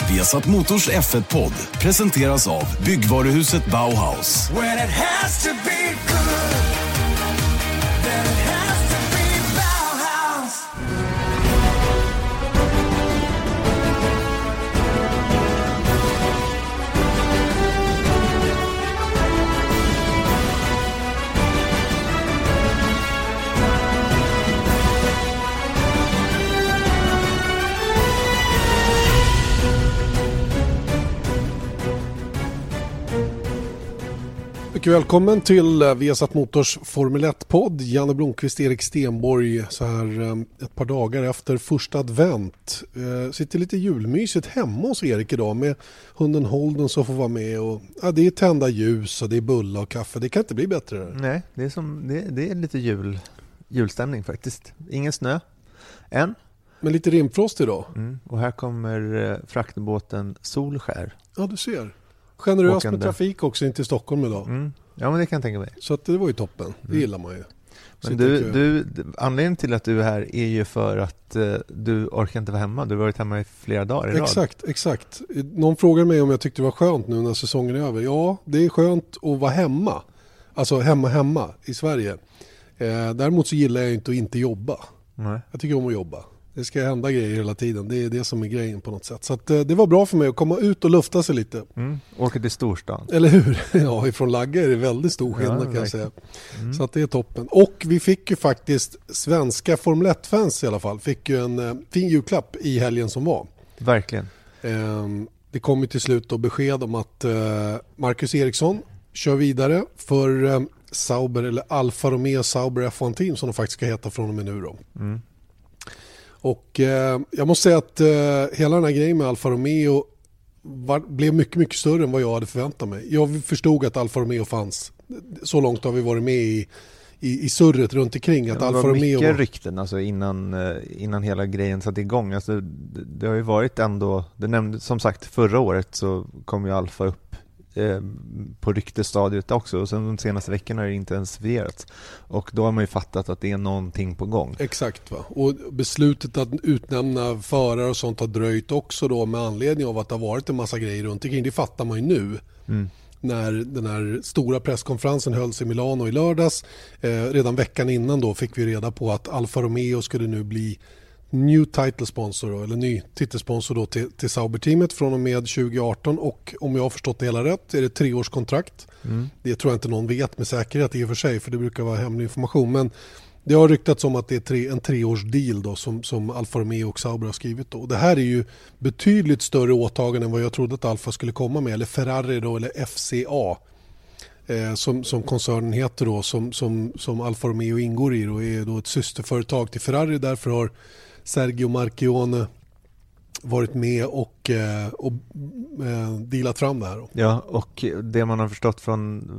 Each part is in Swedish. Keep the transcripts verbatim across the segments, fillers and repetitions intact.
Viasat Motors F ett-podd presenteras av byggvaruhuset Bauhaus. When it has to be good, then it has to be Bauhaus. Mycket välkommen till Viasat Motors Formel ett-podd. Janne Blomqvist, Erik Stenborg, så här ett par dagar efter första advent. Sitter lite julmysigt hemma hos Erik idag med hunden Holden som får vara med. Och, ja, det är tända ljus och det är bullar och kaffe. Det kan inte bli bättre. Nej, det är, som, det, det är lite jul, julstämning faktiskt. Ingen snö än. Men lite rimfrost idag. Mm. Och här kommer fraktbåten Solskär. Ja, du ser. Generöst Åkande. med trafik också in till Stockholm idag. Mm. Ja, men det kan jag tänka mig. Så att det var ju toppen. Det Mm. gillar man ju. Men du, du, anledningen till att du är här är ju för att uh, du orkar inte vara hemma. Du har varit hemma i flera dagar i rad. Exakt, exakt. Någon frågade mig om jag tyckte det var skönt nu när säsongen är över. Ja, det är skönt att vara hemma. Alltså hemma, hemma i Sverige. Eh, däremot så gillar jag inte att inte jobba. Nej. Jag tycker om att jobba. Det ska hända grejer hela tiden. Det är det som är grejen på något sätt. Så att, eh, det var bra för mig att komma ut och lufta sig lite. Mm. Åka till storstan. Eller hur? Ja, ifrån Lagga är det väldigt stor skillnad, Ja, kan jag säga. Mm. Så att det är toppen. Och vi fick ju faktiskt svenska Formel ett-fans i alla fall. Fick ju en eh, fin julklapp i helgen som var. Verkligen. Eh, det kom ju till slut då besked om att eh, Marcus Eriksson kör vidare för eh, Sauber, eller Alfa Romeo Sauber F ett Team som de faktiskt ska heta från och med nu då. Mm. Och eh, jag måste säga att eh, hela den här grejen med Alfa Romeo var, blev mycket, mycket större än vad jag hade förväntat mig. Jag förstod att Alfa Romeo fanns. Så långt har vi varit med i, i, i surret runt omkring. Att Ja, det Alfa var Romeo mycket var... rykten alltså, innan, innan hela grejen satt igång. Alltså, det, det har ju varit ändå, det nämnde, som sagt förra året så kom ju Alfa upp eh, på ryktestadiet också. Och sen de senaste veckorna har det intensifierats. Och då har man ju fattat att det är någonting på gång. Exakt, va? Och beslutet att utnämna förare och sånt har dröjt också då med anledning av att det har varit en massa grejer runt omkring. Det fattar man ju nu. Mm. När den här stora presskonferensen hölls i Milano i lördags. Eh, redan veckan innan då fick vi reda på att Alfa Romeo skulle nu bli new title sponsor då, eller ny titelsponsor då till, till Sauber-teamet från och med tjugo arton, och om jag har förstått det hela rätt är det treårskontrakt. Mm. Det tror jag inte någon vet med säkerhet i och för sig, för det brukar vara hemlig information, men det har ryktats om att det är tre, en treårsdeal då som, som Alfa Romeo och Sauber har skrivit då. Och det här är ju betydligt större åtaganden än vad jag trodde att Alfa skulle komma med, eller Ferrari då, eller F C A eh, som, som koncernen heter då, som, som, som Alfa Romeo ingår i då, är då ett systerföretag till Ferrari. Därför har Sergio Marchionne varit med och, eh, och eh, dealat fram det här då. Ja, och det man har förstått från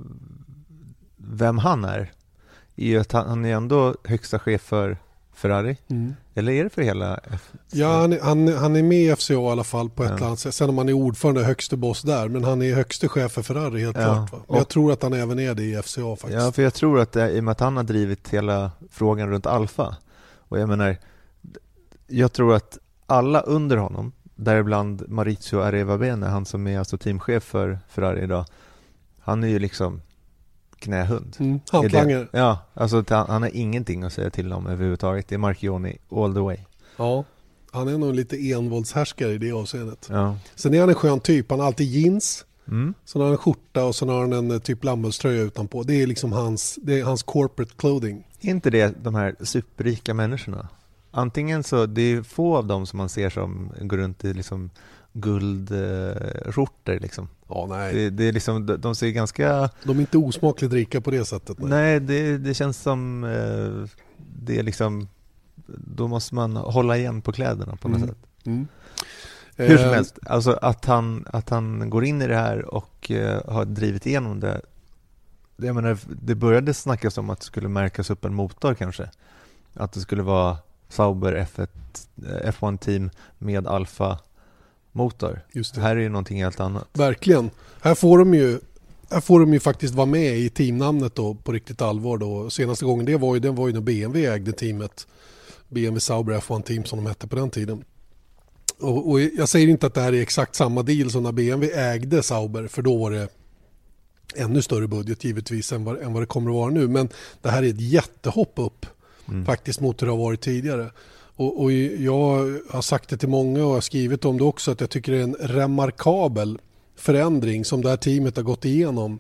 vem han är är ju att han, han är ändå högsta chef för Ferrari. Mm. Eller är det för hela F C A? Ja, han är, han, han är med i F C A i alla fall på ett ja. eller annat sätt. Sen om han är ordförande, högste boss där, men han är högste chef för Ferrari helt ja. klart. Va? Men jag tror att han även är det i F C A faktiskt. Ja, för jag tror att det, i och med att han har drivit hela frågan runt Alfa, och jag menar, jag tror att alla under honom, däribland Maurizio Arrivabene, han som är alltså teamchef för Ferrari idag, han är ju liksom knähund. Mm, hantlangare. Ja, alltså han, han har ingenting att säga till om överhuvudtaget. Det är Marchionne all the way. Ja, han är nog lite envåldshärskare i det avseendet. Ja. Sen är han en skön typ. Han har alltid jeans. Mm. Sen har han en skjorta och sen har han en typ lammuströja utanpå. Det är liksom hans, det är hans corporate clothing. Är inte det de här superrika människorna? Antingen så, det är få av dem som man ser som går runt i liksom guldskjortor liksom. Ja, nej. Det, det är liksom, de, de ser ganska... De är inte osmakligt rika på det sättet. Nej, nej det, det känns som eh, det är liksom, då måste man hålla igen på kläderna på något mm. sätt. Mm. Hur som eh, helst, alltså att han, att han går in i det här och eh, har drivit igenom det. Jag menar, det började snackas om att det skulle märkas upp en motor kanske. Att det skulle vara Sauber F ett, F ett team med Alfa motor. Just det. Här är ju någonting helt annat. Verkligen. Här får de ju här får de ju faktiskt vara med i teamnamnet då på riktigt allvar då. Senaste gången det var ju den var ju när B M W ägde teamet. B M W Sauber F ett team som de hette på den tiden. och, och jag säger inte att det här är exakt samma deal som när B M W ägde Sauber, för då var det ännu större budget givetvis än vad, än vad det kommer att vara nu. Men det här är ett jättehopp upp mm. faktiskt mot hur det har varit tidigare. Och, och jag har sagt det till många och jag har skrivit om det också, att jag tycker det är en remarkabel förändring som det här teamet har gått igenom.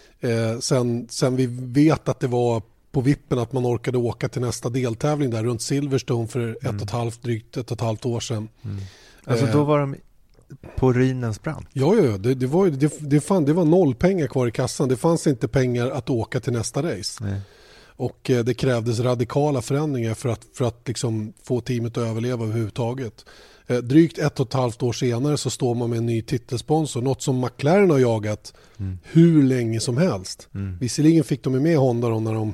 Eh, sen, sen vi vet att det var på vippen att man orkade åka till nästa deltävling där runt Silverstone för mm. ett och ett halvt, drygt ett och ett halvt år sedan. Mm. Alltså då var de på ruinens brant. Ja, ja, det, det, var, det, det, fan, det var noll pengar kvar i kassan. Det fanns inte pengar att åka till nästa race. Nej. Och eh, det krävdes radikala förändringar för att, för att liksom få teamet att överleva överhuvudtaget. Eh, drygt ett och ett halvt år senare så står man med en ny titelsponsor. Något som McLaren har jagat mm. hur länge som helst. Mm. Visserligen fick de med Honda då när de,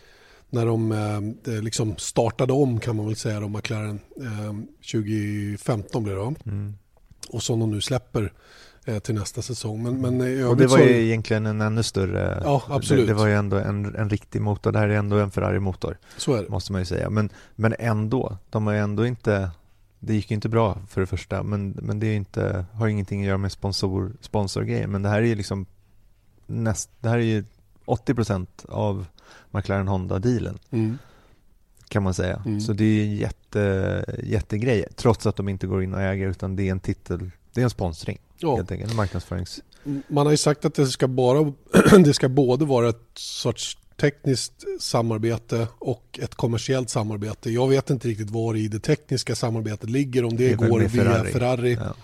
när de eh, liksom startade om, kan man väl säga då, McLaren eh, tjugo femton blev det då. Mm. Och som de nu släpper eh, till nästa säsong. Men, men, och det var ju så... egentligen en ännu större... Ja, absolut. Det, det var ju ändå en, en riktig motor. Det här är ändå en Ferrari-motor. Så är det. Måste man ju säga. Men, men ändå, de har ju ändå inte... Det gick ju inte bra för det första. Men, men det är inte, har ingenting att göra med sponsor, sponsorgrejer. Men det här är ju liksom... Näst, det här är ju åttio procent av McLaren Honda-dealen. Mm. Kan man säga. Mm. Så det är en jätte, jättegrej. Trots att de inte går in och äger, utan det är en titel, det är en sponsring. Ja. Helt enkelt, en marknadsförings. Man har ju sagt att det ska, bara, det ska både vara ett sorts tekniskt samarbete och ett kommersiellt samarbete. Jag vet inte riktigt var i det tekniska samarbetet ligger, om det, det går via Ferrari. Ferrari. Ja.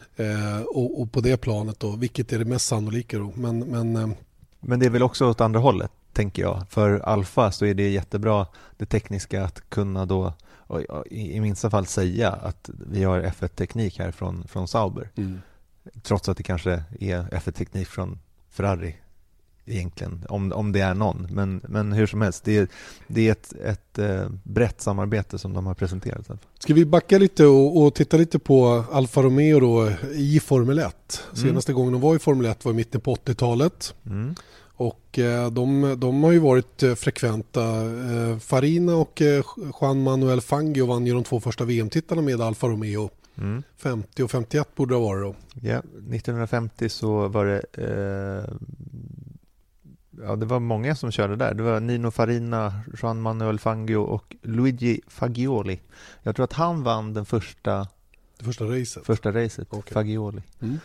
Eh, och, och på det planet då, vilket är det mest sannolika då. Men, men, eh. men det är väl också åt andra hållet, tänker jag. För Alfa så är det jättebra, det tekniska, att kunna då och, och, i, i minsta fall säga att vi har F ett-teknik här från, från Sauber. Mm. Trots att det kanske är F ett-teknik från Ferrari egentligen, om, om det är någon. Men, men hur som helst, det är, det är ett, ett eh, brett samarbete som de har presenterat. Ska vi backa lite och, och titta lite på Alfa Romeo då i Formel ett? Senaste mm. gången de var i Formel ett var i mitten på åttiotalet. Mm. Och eh, de, de har ju varit eh, frekventa. Eh, Farina och eh, Juan Manuel Fangio vann ju de två första V M-titlarna med Alfa Romeo. Mm. femtio och femtioett borde det vara då. Ja, nittonhundrafemtio så var det eh, ja, det var många som körde där. Det var Nino Farina, Juan Manuel Fangio och Luigi Fagioli. Jag tror att han vann den första det första racet. Första racet, okay. Fagioli. Mm.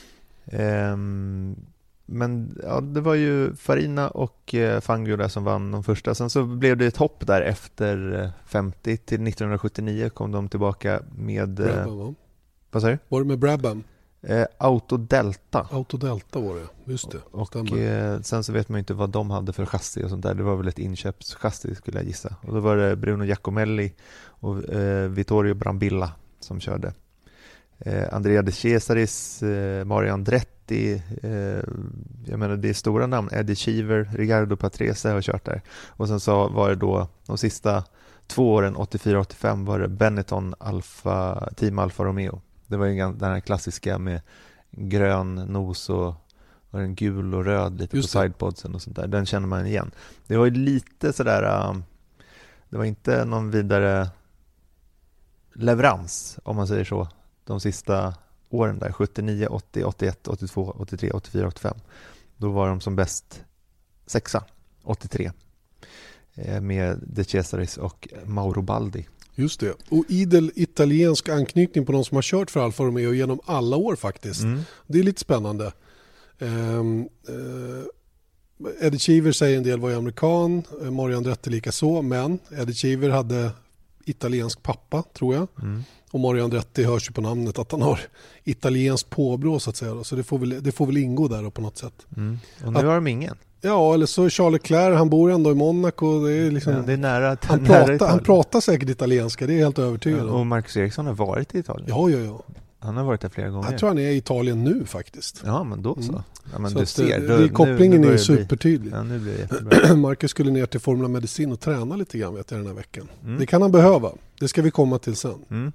Um, men ja, det var ju Farina och eh, Fangio där som vann de första. Sen så blev det ett hopp där efter femtio till nittonhundrasjuttionio kom de tillbaka med Brabham, eh, vad säger du? Var det med Brabham? Eh, Auto Delta. Auto Delta var det, just det. Och, och eh, sen så vet man inte vad de hade för chassi och sånt där. Det var väl ett inköpschassi skulle jag gissa. Och då var det Bruno Giacomelli och eh, Vittorio Brambilla som körde. Eh, Andrea De Cesaris, eh, Mario Andretti, eh, jag menar det är stora namn. Eddie Cheever, Ricardo Patrese har kört där. Och sen så var det då de sista två åren, åttiofyra åttiofem, var det Benetton Alfa, Team Alfa Romeo. Det var ju den här klassiska med grön nos och, och en gul och röd lite Just på det. Sidepodsen och sånt där. Den känner man igen. Det var ju lite sådär, um, det var inte någon vidare leverans om man säger så. De sista åren där, sjuttionio, åttio, åttioett, åttiotvå, åttiotre, åttiofyra, åttiofem. Då var de som bäst sexa, åttiotre. Eh, med De Cesaris och Mauro Baldi. Just det. Och idel italiensk anknytning på de som har kört för Alfa Romeo genom alla år faktiskt. Mm. Det är lite spännande. Um, uh, Eddie Cheever säger en del var ju amerikan, Mario Andretti lika så, men Eddie Cheever hade italiensk pappa, tror jag. Mm. Och Mario Andretti hörs ju på namnet att han har italiensk påbrå så att säga. Så det får väl, det får väl ingå där på något sätt. Mm. Och nu att, har de ingen. Ja, eller så Charles Leclerc, han bor ändå i Monaco. Det är liksom, ja, det är nära, han, nära pratar, han pratar säkert italienska, det är helt övertygad. Ja, och Marcus Ericsson har varit i Italien. Ja, ja, ja. Han har varit där flera gånger. Jag tror han är i Italien nu faktiskt. Ja, men då så. Mm. Ja, men så du att, ser. Det, det, kopplingen nu, nu är ju supertydlig. Bli, ja, nu blir det jättebra. Marcus skulle ner till Formula Medicin och träna lite grann vet jag, den här veckan. Mm. Det kan han behöva. Det ska vi komma till sen. Mm.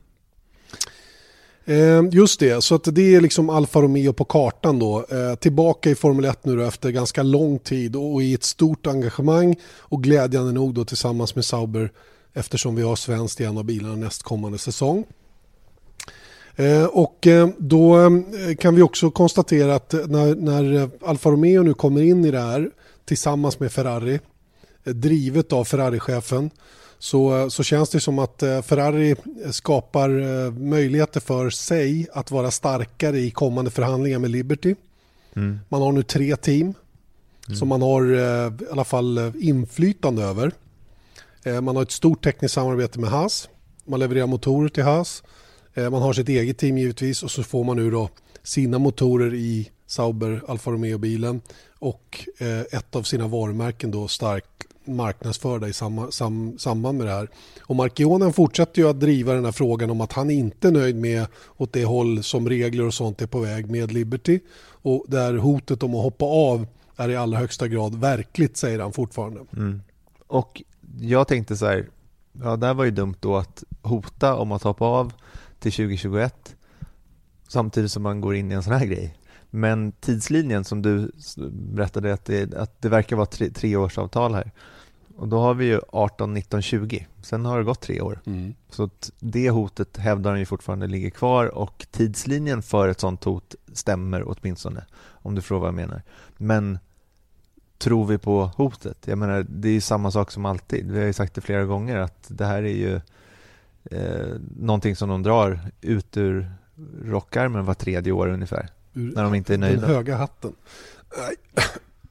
Eh, just det, så att det är liksom Alfa Romeo på kartan då. Eh, tillbaka i Formel ett nu då, efter ganska lång tid och, och i ett stort engagemang och glädjande nog då tillsammans med Sauber eftersom vi har svenskt i en av bilarna nästkommande säsong. Eh, och eh, då eh, kan vi också konstatera att när, när Alfa Romeo nu kommer in i det här tillsammans med Ferrari, eh, drivet av Ferrari-chefen, så, så känns det som att eh, Ferrari skapar eh, möjligheter för sig att vara starkare i kommande förhandlingar med Liberty. Mm. Man har nu tre team mm. som man har eh, i alla fall inflytande över. Eh, man har ett stort tekniskt samarbete med Haas. Man levererar motorer till Haas. Man har sitt eget team givetvis och så får man nu då sina motorer i Sauber Alfa Romeo-bilen och ett av sina varumärken då starkt marknadsförda i samma, sam, samband med det här. Och Marchionen fortsätter ju att driva den här frågan om att han inte är nöjd med åt det håll som regler och sånt är på väg med Liberty, och där hotet om att hoppa av är i allra högsta grad verkligt, säger han fortfarande. Mm. Och jag tänkte så här, ja, det här var ju dumt då att hota om att hoppa av till tjugo tjugoett samtidigt som man går in i en sån här grej. Men tidslinjen som du berättade, att det, att det verkar vara tre, tre års avtal här. Och då har vi ju arton, nitton, tjugo. Sen har det gått tre år. Mm. Så det hotet hävdar han ju fortfarande ligger kvar, och tidslinjen för ett sånt hot stämmer åtminstone, om du frågar vad jag menar. Men tror vi på hotet? Jag menar, det är ju samma sak som alltid. Vi har ju sagt det flera gånger att det här är ju eh, någonting som de drar ut ur rockarmen var tredje år ungefär. Ur, när de inte är nöjda. Den höga hatten. Nej.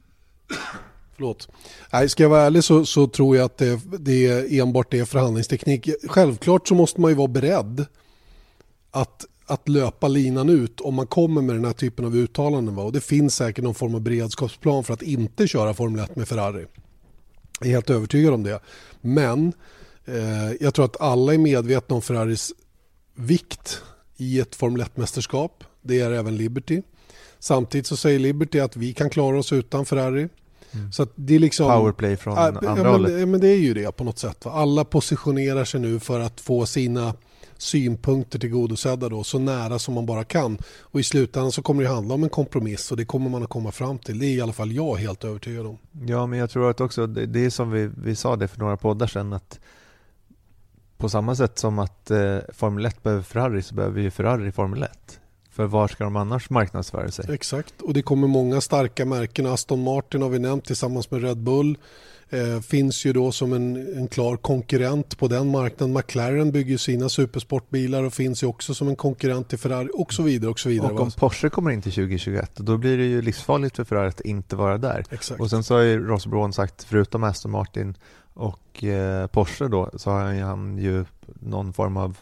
Förlåt. Nej, ska jag vara ärlig så, så tror jag att det, det enbart är förhandlingsteknik. Självklart så måste man ju vara beredd att att löpa linan ut om man kommer med den här typen av uttalanden. Va? Och det finns säkert någon form av beredskapsplan för att inte köra Formel ett med Ferrari. Jag är helt övertygad om det. Men eh, jag tror att alla är medvetna om Ferraris vikt i ett Formel ett-mästerskap. Det är även Liberty. Samtidigt så säger Liberty att vi kan klara oss utan Ferrari. Mm. Så att det är liksom powerplay från äh, andra ja, hållet. Men, men det är ju det på något sätt. Va? Alla positionerar sig nu för att få sina synpunkter tillgodosedda då, så nära som man bara kan. Och i slutändan så kommer det handla om en kompromiss, och det kommer man att komma fram till. Det är i alla fall jag helt övertygad om. Ja, men jag tror att också, det, det är som vi, vi sa det för några poddar sedan, att på samma sätt som att eh, Formel ett behöver Ferrari, så behöver ju Ferrari Formel ett. För var ska de annars marknadsföra sig? Exakt, och det kommer många starka märken. Aston Martin har vi nämnt tillsammans med Red Bull. Eh, finns ju då som en, en klar konkurrent på den marknaden. McLaren bygger sina supersportbilar och finns ju också som en konkurrent till Ferrari, och så vidare och så vidare. Och om Porsche kommer in till tjugo tjugoett, då blir det ju livsfarligt för Ferrari att inte vara där. Exakt. Och sen så har ju Ross Brawn sagt, förutom Aston Martin och eh, Porsche då, så har han ju någon form av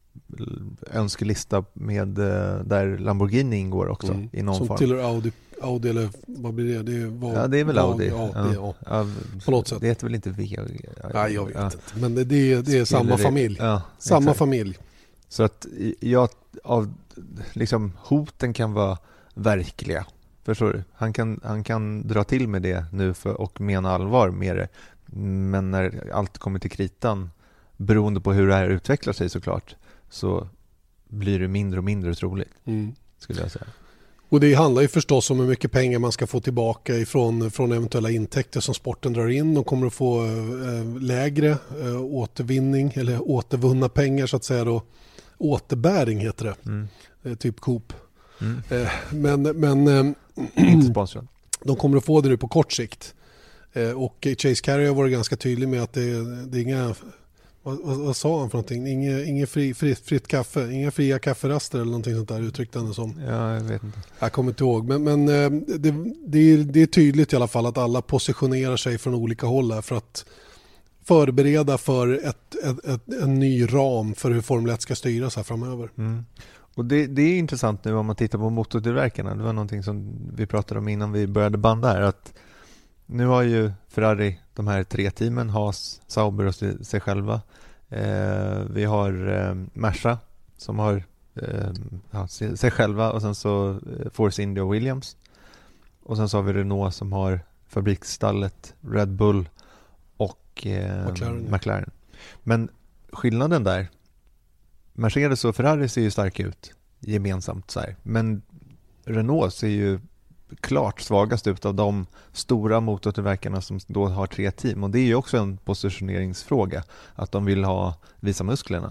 önskelista med eh, där Lamborghini ingår också mm. i någon som form. Som tillhör Audi, Audi eller vad blir det? Det var, ja, det är väl Audi. Ja, ja. Det, ja. Ja, på något sätt. Det heter väl inte V? Nej, jag vet ja. inte. Men det, det är, det är samma det, familj. Ja, samma exakt. familj. Så att jag, av, liksom, hoten kan vara verkliga. Förstår du? Han kan, han kan dra till med det nu för, och mena allvar med det. Men när allt kommer till kritan, beroende på hur det här utvecklar sig såklart, så blir det mindre och mindre troligt, mm. skulle jag säga. Och det handlar ju förstås om hur mycket pengar man ska få tillbaka ifrån, från eventuella intäkter som sporten drar in. De kommer att få äh, lägre äh, återvinning eller återvunna pengar så att säga då. Återbäring heter det. Mm. Äh, typ Coop. Mm. Äh, men men äh, inte sponsrad. De kommer att få det nu på kort sikt. Äh, och Chase Carey har varit ganska tydlig med att det, det är inga... Vad, vad, vad sa han för någonting? Inge, inge fri, fritt, fritt kaffe, inga fria kafferaster eller någonting sånt där uttryckte han det som. Ja, jag vet inte. Jag kommer inte ihåg, men, men det, det, är, det är tydligt i alla fall att alla positionerar sig från olika håll här för att förbereda för ett, ett, ett, en ny ram för hur Formel ett ska styras här framöver. Mm. Och det, det är intressant nu om man tittar på motortillverkarna. Det var någonting som vi pratade om innan vi började banda här, att nu har ju Ferrari de här tre teamen, Haas, Sauber och sig själva. Eh, vi har eh, Merca som har eh, ja, sig själva, och sen så eh, Force India och Williams. Och sen så har vi Renault som har fabriksstallet, Red Bull och eh, McLaren. McLaren. Men skillnaden där, Mercedes och Ferrari ser ju starka ut gemensamt så här. Men Renault ser ju klart svagast ut av de stora motortillverkarna som då har tre team, och det är ju också en positioneringsfråga, att de vill ha visa musklerna.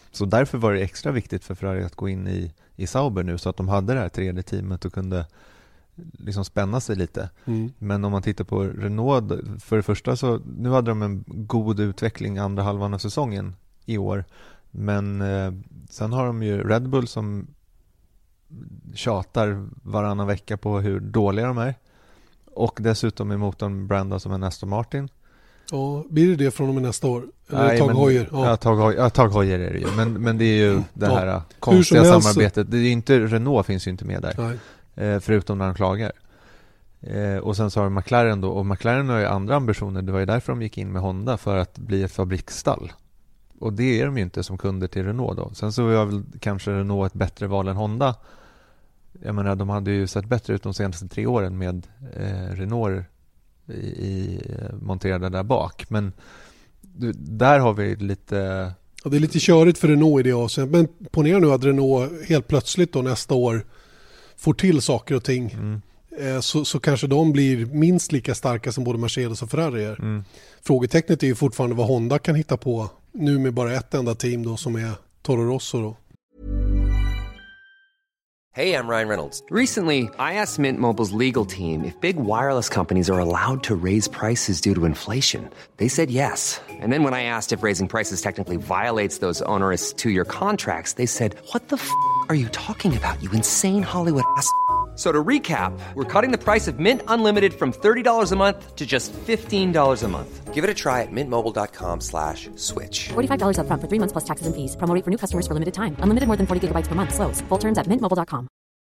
Så därför var det extra viktigt för Ferrari att gå in i, i Sauber nu, så att de hade det här tredje teamet och kunde liksom spänna sig lite. Mm. Men om man tittar på Renault, för det första så nu hade de en god utveckling andra halvan av säsongen i år. Men eh, sen har de ju Red Bull som tjatar varannan vecka på hur dåliga de är. Och dessutom är motorn brandad som en Aston Martin. Ja, blir det det från och med nästa år? Eller Nej, Tag men, Heuer? Ja, ja, Tag Heuer, ja, Tag Heuer är det ju. Men, men det är ju det här ja. konstiga helst, samarbetet. Det är ju inte, Renault finns ju inte med där. Nej. Eh, förutom när de klagar. Eh, och sen så har vi McLaren då. Och McLaren har ju andra ambitioner. Det var ju därför de gick in med Honda, för att bli ett fabriksstall. Och det är de ju inte som kunder till Renault då. Sen så var väl kanske Renault ett bättre val än Honda. Jag menar, de hade ju sett bättre ut de senaste tre åren med eh, Renault i, i monterade där bak. Men du, där har vi lite... Ja, det är lite körigt för Renault i det avseendet. Men ponera nu att Renault helt plötsligt då nästa år får till saker och ting. Mm. Eh, så, så kanske de blir minst lika starka som både Mercedes och Ferrari är. Mm. Frågetecknet är ju fortfarande vad Honda kan hitta på nu med bara ett enda team då, som är Toro Rosso då. Hey, I'm Ryan Reynolds. Recently, I asked Mint Mobile's legal team if big wireless companies are allowed to raise prices due to inflation. They said yes. And then when I asked if raising prices technically violates those onerous two-year contracts, they said, "What the f*** are you talking about, you insane Hollywood ass?" So to recap, we're cutting the price of Mint Unlimited from thirty dollars a month to just fifteen dollars a month. Give it a try at mintmobile.com slash switch. forty-five dollars up front for three months plus taxes and fees. Promo rate for new customers for limited time. Unlimited more than forty gigabytes per month. Slows full terms at mint mobile dot com.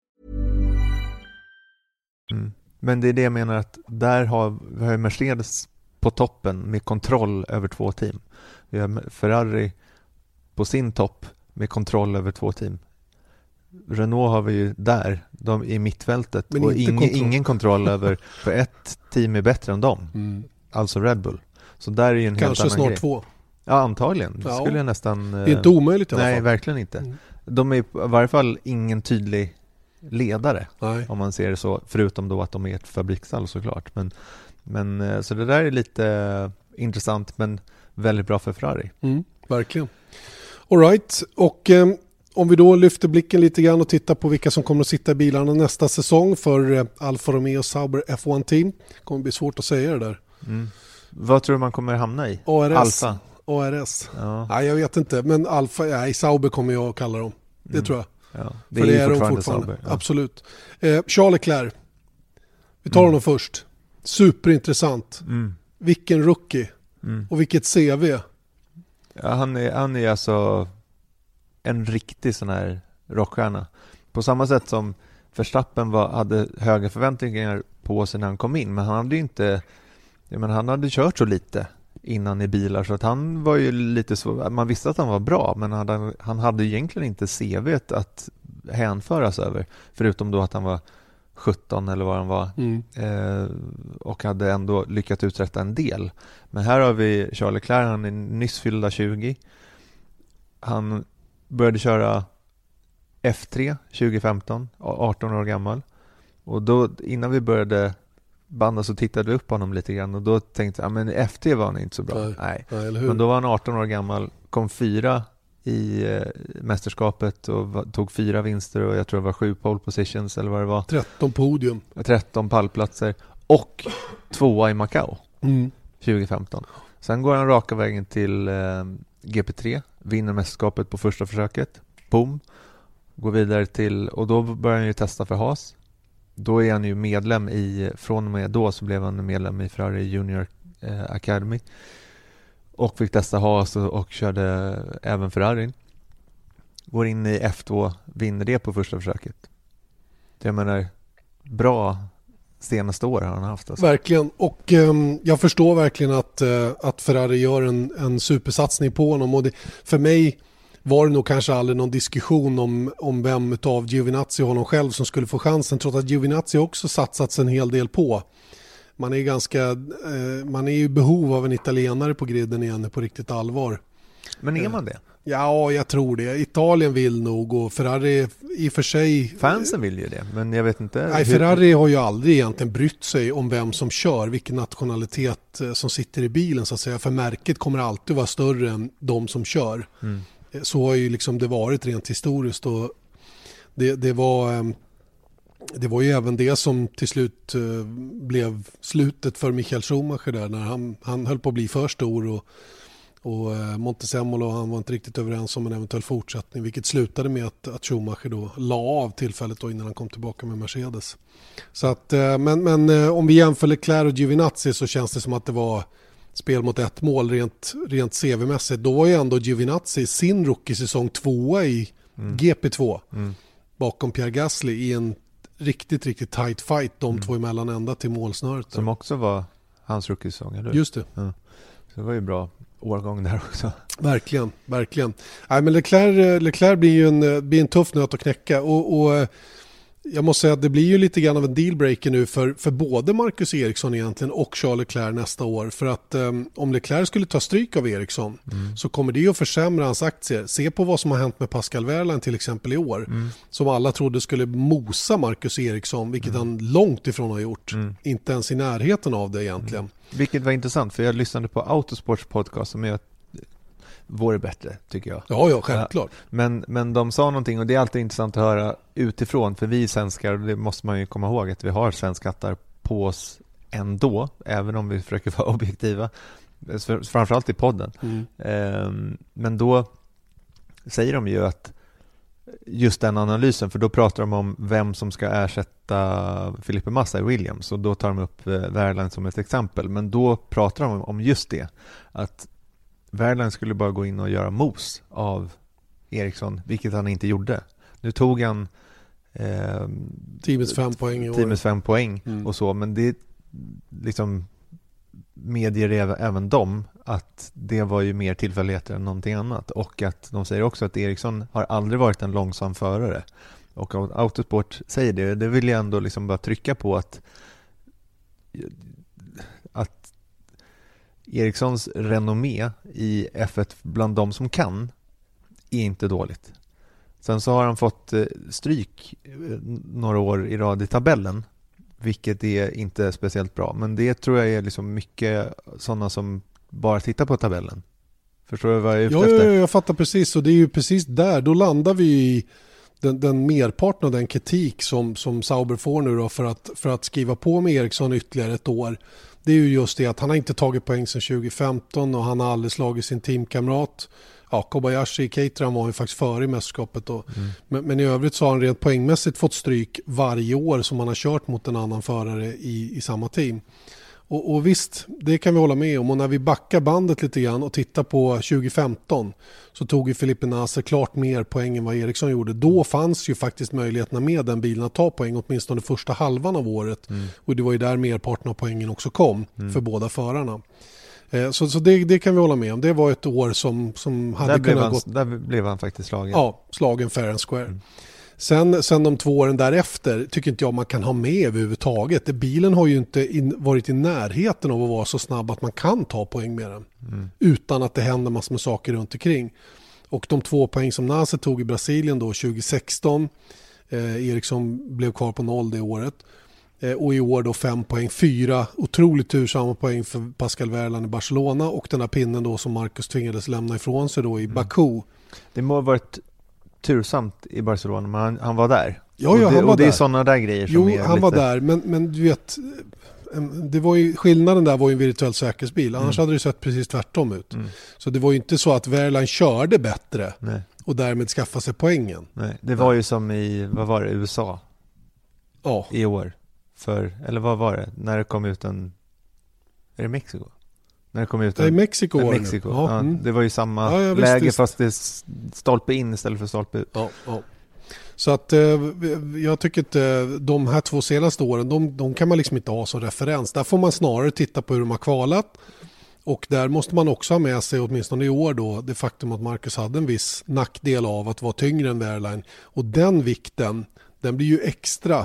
Mm. Men det är det jag menar, att där har vi har Mercedes på toppen med kontroll över två team. Vi har Ferrari på sin topp med kontroll över två team. Renault har vi ju där, de i mittfältet, men och ingen kontroll. ingen kontroll över, för ett team är bättre än dem. Mm. Alltså Red Bull. Så där är ju en kanske helt annan snart grej. två. Ja, antagligen. Det ja. skulle jag nästan... Det är inte omöjligt i alla fall. Nej, verkligen inte. Mm. De är i varje fall ingen tydlig ledare. Nej. Om man ser det så, förutom då att de är ett fabriksstall såklart. Men, men, så det där är lite intressant, men väldigt bra för Ferrari. Mm, verkligen. All right. Och eh, om vi då lyfter blicken lite grann och tittar på vilka som kommer att sitta i bilarna nästa säsong för eh, Alfa Romeo Sauber F ett Team. Det kommer bli svårt att säga det där. Mm. Vad tror du man kommer hamna i? A R S. Alfa? A R S. Ja. Nej, jag vet inte. Men Alfa, nej, Sauber kommer jag att kalla dem. Det mm. tror jag. Ja, det för är det är fortfarande, de fortfarande. Sauber, ja. Absolut. Eh, Charles Leclerc. Vi tar mm. honom först. Superintressant. Mm. Vilken rookie. Mm. Och vilket C V. Ja, han är, han är alltså en riktig sån här rockstjärna. På samma sätt som Verstappen var, hade höga förväntningar på sig när han kom in. Men han hade ju inte... Jag menar, han hade kört så lite innan i bilar, så att han var ju lite svår. Man visste att han var bra, men han hade, han hade egentligen inte C V:t att hänföras över, förutom då att han var sjutton eller vad han var. Mm. eh, och hade ändå lyckats uträtta en del. Men här har vi Charles Leclerc, han är nyss fyllda tjugo. Han började köra F tre tjugo femton, arton år gammal. Och då, innan vi började banda, så tittade vi upp på honom lite grann, och då tänkte jag, ja, men F T var han inte så bra. Nej. Nej. Nej, men då var han arton år gammal, kom fyra i eh, mästerskapet och var, tog fyra vinster, och jag tror det var sju pole positions eller vad det var. tretton podium. tretton pallplatser och tvåa i Macau mm. tjugo femton. Sen går han raka vägen till eh, G P tre, vinner mästerskapet på första försöket. Boom. Går vidare till, och då börjar han ju testa för Haas. Då är han ju medlem i, från och med då så blev han medlem i Ferrari Junior eh, Academy. Och fick testa Haas och, och körde även Ferrari. Går in i F två, vinner det på första försöket. Jag menar, bra senaste år har han haft. Alltså. Verkligen, och eh, jag förstår verkligen att, eh, att Ferrari gör en, en supersatsning på honom. Och det, för mig var det nog kanske aldrig någon diskussion om, om vem av Giovinazzi och honom själv som skulle få chansen, trots att Giovinazzi också satsats en hel del på. Man är ganska eh, man är ju i behov av en italienare på griden igen på riktigt allvar. Men är man det? Ja, jag tror det. Italien vill nog, och Ferrari i och för sig... Fansen vill ju det, men jag vet inte. Nej, Ferrari har ju aldrig egentligen brytt sig om vem som kör, vilken nationalitet som sitter i bilen så att säga. För märket kommer alltid vara större än de som kör. Mm. Så har ju liksom det varit rent historiskt och det, det var det var ju även det som till slut blev slutet för Michael Schumacher där när han, han höll på att bli för stor och, och Montezemolo och han var inte riktigt överens om en eventuell fortsättning, vilket slutade med att, att Schumacher då la av tillfället då innan han kom tillbaka med Mercedes. Så att, men, men om vi jämför Leclerc och Giovinazzi så känns det som att det var spel mot ett mål rent, rent C V-mässigt. Då var ju ändå Giovinazzi sin rookie-säsong tvåa i mm. G P två mm. bakom Pierre Gasly i en riktigt, riktigt tight fight de mm. två emellan ända till målsnöret. Som också var hans rookie-säsong, eller? Just det. Ja. Så det var ju bra årgång där också. Verkligen, verkligen. Nej, men Leclerc, Leclerc blir ju en, blir en tuff nöt att knäcka och, och jag måste säga att det blir ju lite grann av en dealbreaker nu för, för både Marcus Ericsson egentligen och Charles Leclerc nästa år. För att um, om Leclerc skulle ta stryk av Ericsson mm. så kommer det att försämra hans aktier. Se på vad som har hänt med Pascal Wehrlein till exempel i år. Mm. Som alla trodde skulle mosa Marcus Ericsson, vilket mm. han långt ifrån har gjort. Mm. Inte ens i närheten av det egentligen. Mm. Vilket var intressant, för jag lyssnade på Autosports podcast som är vore bättre, tycker jag. Ja, ja, självklart. Ja, men, men de sa någonting, och det är alltid intressant att höra utifrån, för vi svenskar, det måste man ju komma ihåg, att vi har svenskattar på oss ändå, även om vi försöker vara objektiva, framförallt i podden. Mm. Ehm, men då säger de ju att just den analysen, för då pratar de om vem som ska ersätta Felipe Massa i Williams, och då tar de upp Wehrlein som ett exempel, men då pratar de om just det, att Wehrlein skulle bara gå in och göra mos av Ericsson, vilket han inte gjorde. Nu tog han eh, teamets fem poäng i år. Teamets fem poäng mm. och så, men det liksom medger även dem att det var ju mer tillfälligheter än någonting annat, och att de säger också att Ericsson har aldrig varit en långsam förare, och Autosport säger det, det vill jag ändå liksom bara trycka på, att att Ericssons renommé i F ett bland de som kan är inte dåligt. Sen så har han fått stryk några år i rad i tabellen, vilket är inte speciellt bra. Men det tror jag är liksom mycket sådana som bara tittar på tabellen. Förstår du vad jag är ute ja, efter? Ja, jag fattar precis. Och det är ju precis där. Då landar vi i den, den merparten av den kritik som, som Sauber får nu då för att, för att skriva på med Ericsson ytterligare ett år. Det är ju just det att han har inte tagit poäng sedan tjugo femton och han har aldrig slagit sin teamkamrat. Ja, Kobayashi i Caterham var ju faktiskt före i mästerskapet då. Mm. Men, men i övrigt så har han rent poängmässigt fått stryk varje år som han har kört mot en annan förare i, i samma team. Och, och visst, det kan vi hålla med om. Och när vi backar bandet lite grann och tittar på tjugo femton så tog ju Felipe Nasr klart mer poäng än vad Ericsson gjorde. Då fanns ju faktiskt möjligheterna med den bilen att ta poäng åtminstone första halvan av året. Mm. Och det var ju där merparten av poängen också kom mm. för båda förarna. Så, så det, det kan vi hålla med om. Det var ett år som, som hade där kunnat han, gått... Där blev han faktiskt slagen. Ja, slagen fair and square. Mm. Sen, sen de två åren därefter tycker inte jag man kan ha med överhuvudtaget. Bilen har ju inte in, varit i närheten av att vara så snabb att man kan ta poäng med den. Mm. Utan att det händer massor med saker runt omkring. Och de två poäng som Nasr tog i Brasilien då tjugo sexton. Eh, Ericsson blev kvar på noll det året. Eh, och i år då fem poäng. Fyra otroligt tursamma poäng för Pascal Wehrlein i Barcelona. Och den här pinnen då som Marcus tvingades lämna ifrån sig då i mm. Baku. Det må ha varit tursamt i Barcelona, men han, han var där. Ja, ja, och det, han var och det där. är sådana där grejer som jo, är han lite... var där, men, men du vet, det var ju, skillnaden där var ju en virtuell säkerhetsbil. Annars mm. hade det sett precis tvärtom ut. Mm. Så det var ju inte så att Wehrlein körde bättre Nej. och därmed skaffade sig poängen. Nej, det var ju som i, vad var det, U S A ja. i år. För, eller vad var det? När det kom ut en... Är det Mexiko? När det kom ut en... Det är Mexiko. Nej, Mexiko. Ja, ja, mm. Det var ju samma ja, ja, visst, läge visst. fast det stolpe in istället för stolpe ut. Ja, ja. Så att eh, jag tycker att eh, de här två senaste åren, de, de kan man liksom inte ha som referens. Där får man snarare titta på hur de har kvalat. Och där måste man också ha med sig, åtminstone i år då, det faktum att Marcus hade en viss nackdel av att vara tyngre än Wehrlein. Och den vikten, den blir ju extra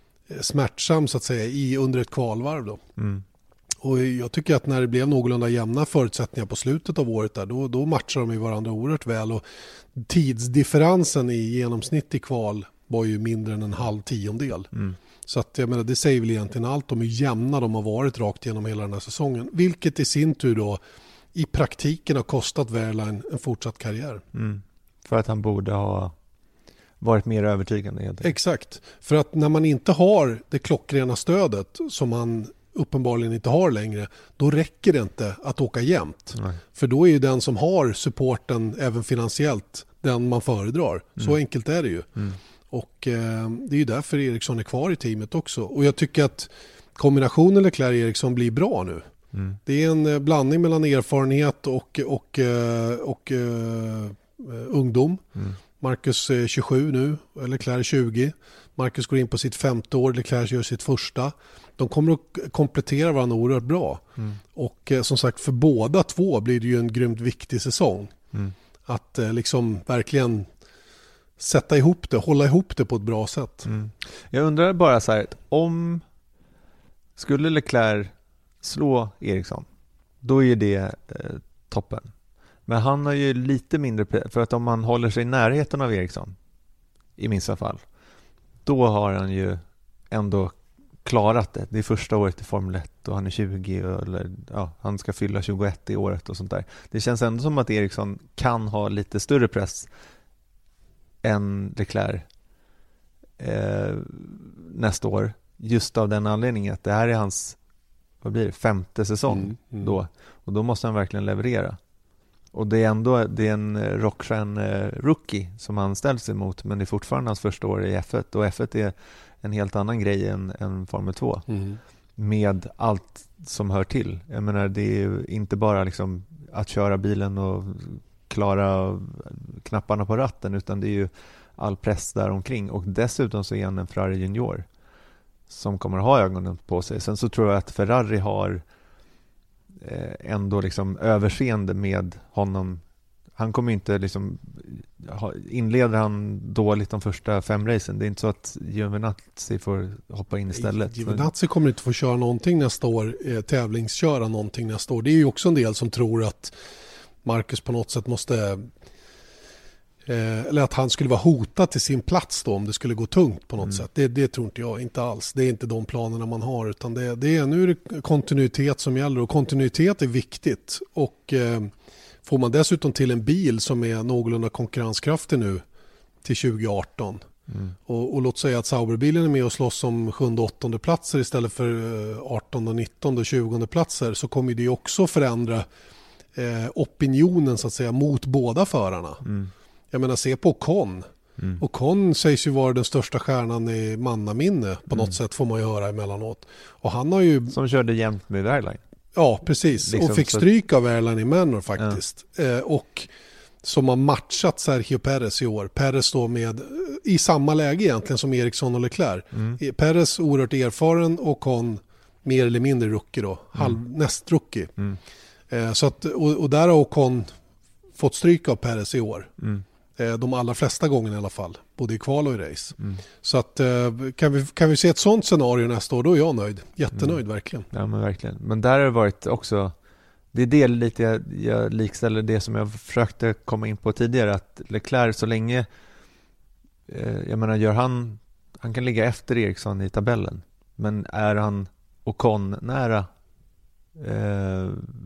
smärtsam så att säga i under ett kvalvarv då. Mm. Och jag tycker att när det blev någorlunda jämna förutsättningar på slutet av året där, då, då matchar de ju varandra oerhört väl. Och tidsdifferensen i genomsnitt i kval var ju mindre än en halv tiondel. Mm. Så att jag menar, det säger väl egentligen allt om hur jämna de har varit rakt genom hela den här säsongen. Vilket i sin tur då i praktiken har kostat Wehrlein en fortsatt karriär. Mm. För att han borde ha varit mer övertygande helt enkelt. Exakt, för att när man inte har det klockrena stödet som man uppenbarligen inte har längre, då räcker det inte att åka jämnt. Nej. För då är ju den som har supporten även finansiellt den man föredrar. Så Mm. enkelt är det ju. Mm. Och eh, det är ju därför Eriksson är kvar i teamet också. Och jag tycker att kombinationen Leclerc-Eriksson blir bra nu. Mm. Det är en eh, blandning mellan erfarenhet och, och, eh, och eh, ungdom. Mm. Marcus är tjugosju nu, Leclerc tjugo. Marcus går in på sitt femte år, Leclerc gör sitt första. De kommer att komplettera varandra oerhört bra. Mm. Och eh, som sagt, för båda två blir det ju en grymt viktig säsong. Mm. Att eh, liksom verkligen sätta ihop det, hålla ihop det på ett bra sätt. Mm. Jag undrar bara så här, om skulle Leclerc slå Eriksson, då är det eh, toppen. Men han har ju lite mindre pre- för att om man håller sig i närheten av Eriksson i minsta fall, då har han ju ändå klarat det. Det är första året i Formel ett och han är tjugo eller ja, han ska fylla tjugoett i året och sånt där. Det känns ändå som att Eriksson kan ha lite större press än Leclerc eh, nästa år, just av den anledningen att det här är hans, vad blir det, femte säsong Mm, mm. då, och då måste han verkligen leverera. Och det är ändå det är en rockstjärn-rookie som han ställs emot, men det är fortfarande hans första år i F ett, och F ett är en helt annan grej än, än Formel två Mm. med allt som hör till. Jag menar, det är ju inte bara liksom att köra bilen och klara knapparna på ratten, utan det är ju all press där omkring, och dessutom så är han en Ferrari junior som kommer att ha ögonen på sig. Sen så tror jag att Ferrari har eh, ändå liksom överseende med honom. Han kommer inte liksom ha, inleder han dåligt de första fem racen. Det är inte så att Giovinazzi får hoppa in istället. Giovinazzi kommer inte få köra någonting nästa år, eh, tävlingsköra någonting nästa år. Det är ju också en del som tror att Marcus på något sätt måste eh, eller att han skulle vara hotad till sin plats då om det skulle gå tungt på något Mm. sätt. Det, det tror inte jag, inte alls. Det är inte de planerna man har, utan det, det är nu är det kontinuitet som gäller, och kontinuitet är viktigt. Och eh, får man dessutom till en bil som är någorlunda konkurrenskraftig nu till tjugo arton, Mm. och, och låt säga att Sauberbilen är med och slåss om sjunde och åttonde platser istället för artonde, nittonde och tjugonde platser, så kommer det också förändra eh, opinionen så att säga mot båda förarna. Mm. Jag menar, se på Ocon. Mm. Ocon sägs ju vara den största stjärnan i mannaminne på något Mm. sätt, får man ju höra emellanåt. Och han har ju... Som körde jämt med Wehrlein. Ja, precis. Liksom, och fick så- stryk av Wehrlein i Manor faktiskt. Eh, och som har matchat Sergio Perez i år. Perez då med, i samma läge egentligen som Eriksson och Leclerc. Mm. Eh, Perez oerhört erfaren och Ocon mer eller mindre rookie då. Halv, näst rookie. Mm. Eh, så att, och, och där har Ocon fått stryk av Perez i år. Mm. Eh, de allra flesta gångerna i alla fall. Både i kval och i race. Mm. Så att, eh, kan, vi, kan vi se ett sånt scenario nästa år, då är jag nöjd. Jättenöjd verkligen. Ja, men verkligen. Men där har det varit också, det är det lite jag, jag likställer det som jag försökte komma in på tidigare, att Leclerc så länge eh, jag menar, gör han han kan ligga efter Eriksson i tabellen, men är han Ocon nära eh,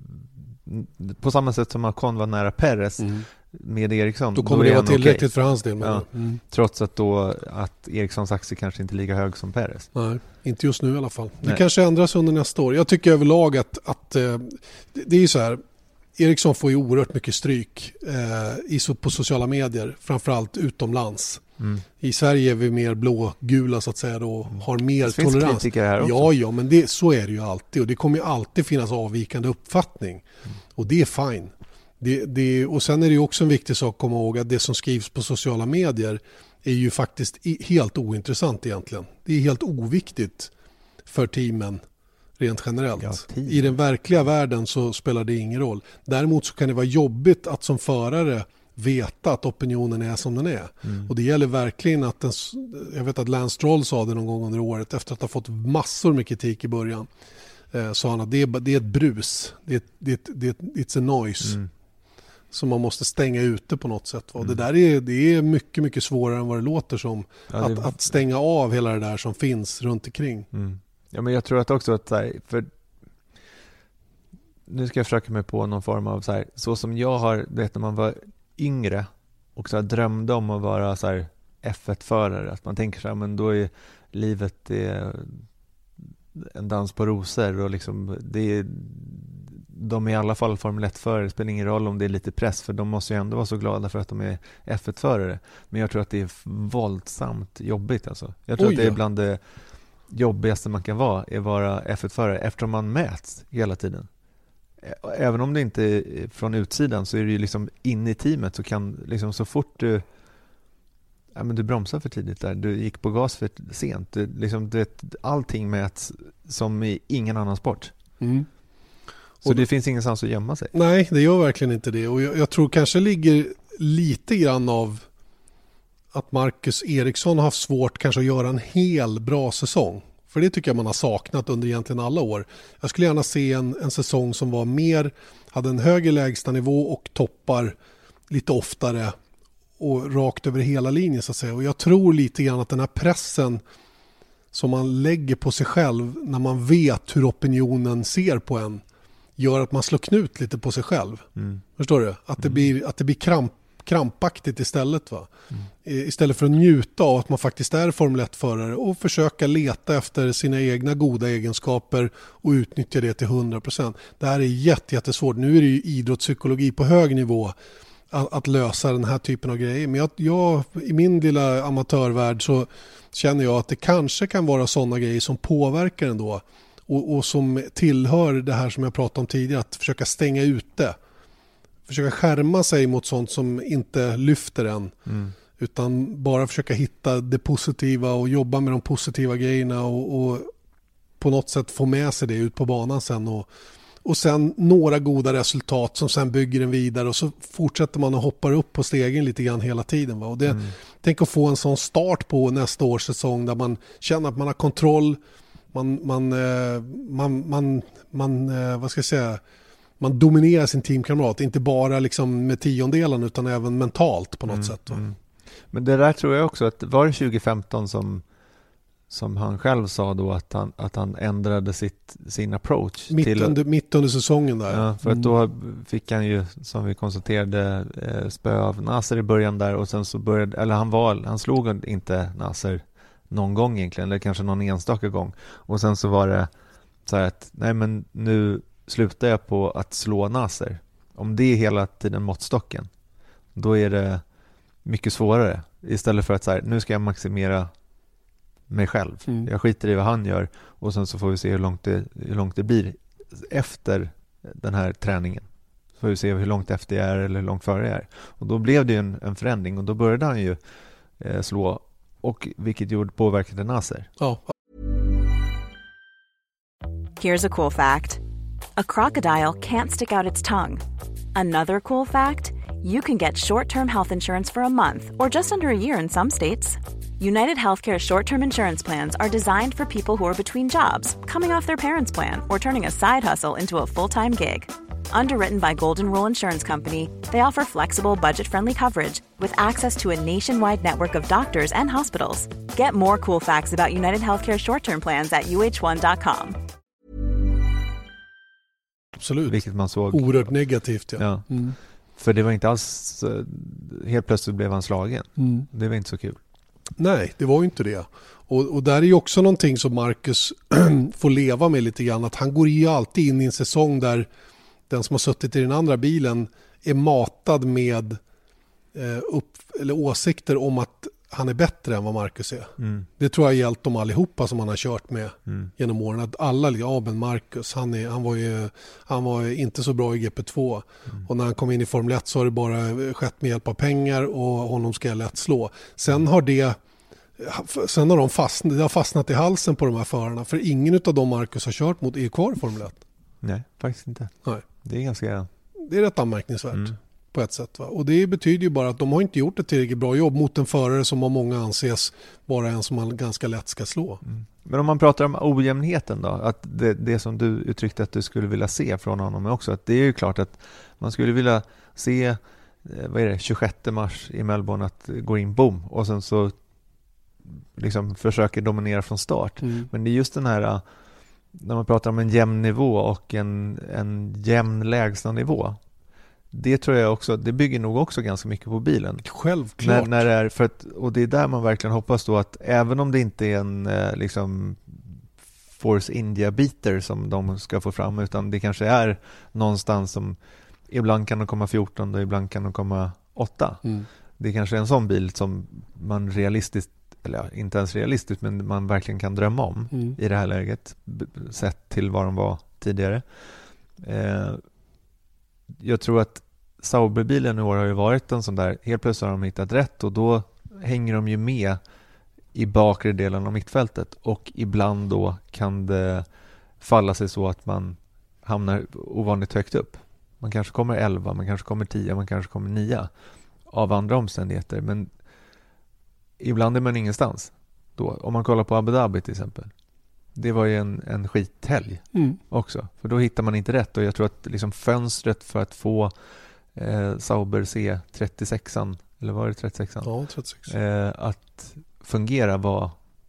på samma sätt som Ocon var nära Perez Mm. med Eriksson, Då kommer är det vara han okej. tillräckligt för hans del. Men, Ja. mm. Trots att då att Erikssons aktie kanske inte är lika hög som Perez. Nej, inte just nu i alla fall. Det Nej. kanske ändras under nästa år. Jag tycker överlag att, att eh, det, det är ju så här. Eriksson får ju oerhört mycket stryk eh, i, so- på sociala medier, framförallt utomlands. Mm. I Sverige är vi mer blågula så att säga då, och har mer Det finns tolerans. kritiker här också. Ja, ja, men det, så är det ju alltid, och det kommer ju alltid finnas avvikande uppfattning. Mm. Och det är fine. Det, det, och sen är det ju också en viktig sak att komma ihåg att det som skrivs på sociala medier är ju faktiskt i, helt ointressant egentligen. Det är helt oviktigt för teamen rent generellt. Ja, team. I den verkliga världen så spelar det ingen roll. Däremot så kan det vara jobbigt att som förare veta att opinionen är som den är. Mm. Och det gäller verkligen att den, jag vet att Lance Stroll sa det någon gång under året efter att ha fått massor med kritik i början. Eh, sa han att det är, det är ett brus. Det är, det är, det är, it's a noise. Mm. Som man måste stänga ute på något sätt. Och Mm. det där är, det är mycket, mycket svårare än vad det låter som. Ja, det- att, att stänga av hela det där som finns runt omkring. Mm. Ja, men jag tror att också att så här, för nu ska jag försöka mig på någon form av så här, så som jag har, vet när man var yngre och så här drömde om att vara så här F ett-förare. Att man tänker så här, men då är livet det är en dans på rosor och liksom det är, de är i alla fall Formel ett-förare. Det spelar ingen roll om det är lite press, för de måste ju ändå vara så glada för att de är F ett-förare. Men jag tror att det är våldsamt jobbigt alltså. Jag tror Oj, att det är ja. bland det jobbigaste man kan vara är vara F ett-förare, eftersom man mäts hela tiden. Även om det inte är från utsidan, så är det ju liksom inne i teamet, så kan liksom så fort du ja, men du bromsar för tidigt där, du gick på gas för sent, du, liksom, du vet, allting mäts som i ingen annan sport. Mm. Så Och det finns ingenstans att gömma sig. Nej, det gör verkligen inte det. Och jag, jag tror kanske ligger lite grann av att Marcus Eriksson har haft svårt kanske att göra en hel bra säsong. För det tycker jag man har saknat under egentligen alla år. Jag skulle gärna se en, en säsong som var mer, hade en högre lägsta nivå och toppar lite oftare och rakt över hela linjen så att säga. Och jag tror lite grann att den här pressen som man lägger på sig själv när man vet hur opinionen ser på en gör att man slår knut lite på sig själv. Mm. Förstår du? Att det blir, att det blir kramp, krampaktigt istället. Va? Mm. Istället för att njuta av att man faktiskt är Formel ett-förare och försöka leta efter sina egna goda egenskaper och utnyttja det till hundra procent. Det här är jätte, jättesvårt. Nu är det ju idrottspsykologi på hög nivå att, att lösa den här typen av grejer. Men jag, jag, i min lilla amatörvärld så känner jag att det kanske kan vara sådana grejer som påverkar ändå. Och, och som tillhör det här som jag pratade om tidigare, att försöka stänga ute. Försöka skärma sig mot sånt som inte lyfter en. Mm. Utan bara försöka hitta det positiva och jobba med de positiva grejerna och, och på något sätt få med sig det ut på banan sen. Och, och sen några goda resultat som sen bygger en vidare och så fortsätter man att hoppa upp på stegen lite grann hela tiden. Va? Och det, mm. Tänk att få en sån start på nästa års säsong där man känner att man har kontroll. Man, man, man, man, man, vad ska jag säga, man dominerar sin teamkamrat, inte bara liksom med tiondelen utan även mentalt på något mm, sätt. Va? Mm. Men det där tror jag också att var det tjugo femton som, som han själv sa då att han, att han ändrade sitt, sin approach. Mitt, till, under, mitt under säsongen där. Ja, för att då fick han ju, som vi konstaterade, eh, spö av Nasser i början där och sen så började, eller han var, han slog inte Nasser någon gång egentligen, eller kanske någon enstaka gång. Och sen så var det så här att nej men nu slutar jag på att slå Nasser. Om det är hela tiden måttstocken, då är det mycket svårare. Istället för att så här, nu ska jag maximera mig själv. Mm. Jag skiter i vad han gör och sen så får vi se hur långt det, hur långt det blir efter den här träningen. Så får vi se hur långt efter jag är eller hur långt före jag är. Och då blev det ju en, en förändring och då började han ju eh, slå. Och vilket gjorde påverkade Nasser. Ja. Here's a cool fact. A crocodile can't stick out its tongue. Another cool fact, you can get short-term health insurance for a month or just under a year in some states. United Healthcare short-term insurance plans are designed for people who are between jobs, coming off their parents' plan, or turning a side hustle into a full-time gig. Underwritten by Golden Rule Insurance Company, they offer flexible, budget-friendly coverage with access to a nationwide network of doctors and hospitals. Get more cool facts about United Healthcare short-term plans at u h one dot com. Absolut. Vilket man såg. Oerhört negativt, ja. ja. Mm. För det var inte alls, helt plötsligt blev han slagen. Mm. Det var inte så kul. Nej, det var ju inte det. Och, och där är ju också någonting som Marcus får leva med lite grann. Att han går ju alltid in i en säsong där den som har suttit i den andra bilen är matad med eh, upp, eller åsikter om att han är bättre än vad Marcus är. Mm. Det tror jag hjälpt dem allihopa som han har kört med mm. genom åren. Att alla, ja men Marcus, han, är, han, var ju, han var ju inte så bra i G P två. Mm. Och när han kom in i Formel ett så har det bara skett med hjälp av pengar och honom ska jag lätt slå. Sen har det sen har de fastnat, det har fastnat i halsen på de här förarna. För ingen av dem Marcus har kört mot är kvar i Formel ett. Nej, faktiskt inte. Nej. Det är ganska... Det är rätt anmärkningsvärt. Mm. På ett sätt. Va? Och det betyder ju bara att de har inte gjort ett tillräckligt bra jobb mot en förare som av många anses vara en som man ganska lätt ska slå. Mm. Men om man pratar om ojämnheten då, att det, det som du uttryckte att du skulle vilja se från honom också, att det är ju klart att man skulle vilja se, vad är det, tjugosjätte mars i Melbourne att gå in boom och sen så liksom försöker dominera från start. Mm. Men det är just den här, när man pratar om en jämn nivå och en, en jämn lägsta nivå. det tror jag också, det bygger nog också ganska mycket på bilen. Självklart. När, när det är, för att, och det är där man verkligen hoppas då att även om det inte är en eh, liksom Force India-biter som de ska få fram, utan det kanske är någonstans som ibland kan de komma fjorton och ibland kan de komma åtta. Mm. Det kanske är en sån bil som man realistiskt, eller ja, inte ens realistiskt, men man verkligen kan drömma om mm. i det här läget, sett till vad de var tidigare. Eh, jag tror att Sauberbilen i år har ju varit en sån där, helt plötsligt har de hittat rätt och då hänger de ju med i bakre delen av mittfältet och ibland då kan det falla sig så att man hamnar ovanligt högt upp. Man kanske kommer elva, man kanske kommer tio, man kanske kommer nio av andra omständigheter, men ibland är man ingenstans då. Om man kollar på Abu Dhabi till exempel. Det var ju en, en skithelg mm. också, för då hittar man inte rätt och jag tror att liksom fönstret för att få eh, Sauber C trettiosexan, eller var det trettiosexan? Ja, trettiosex. Eh, att fungera var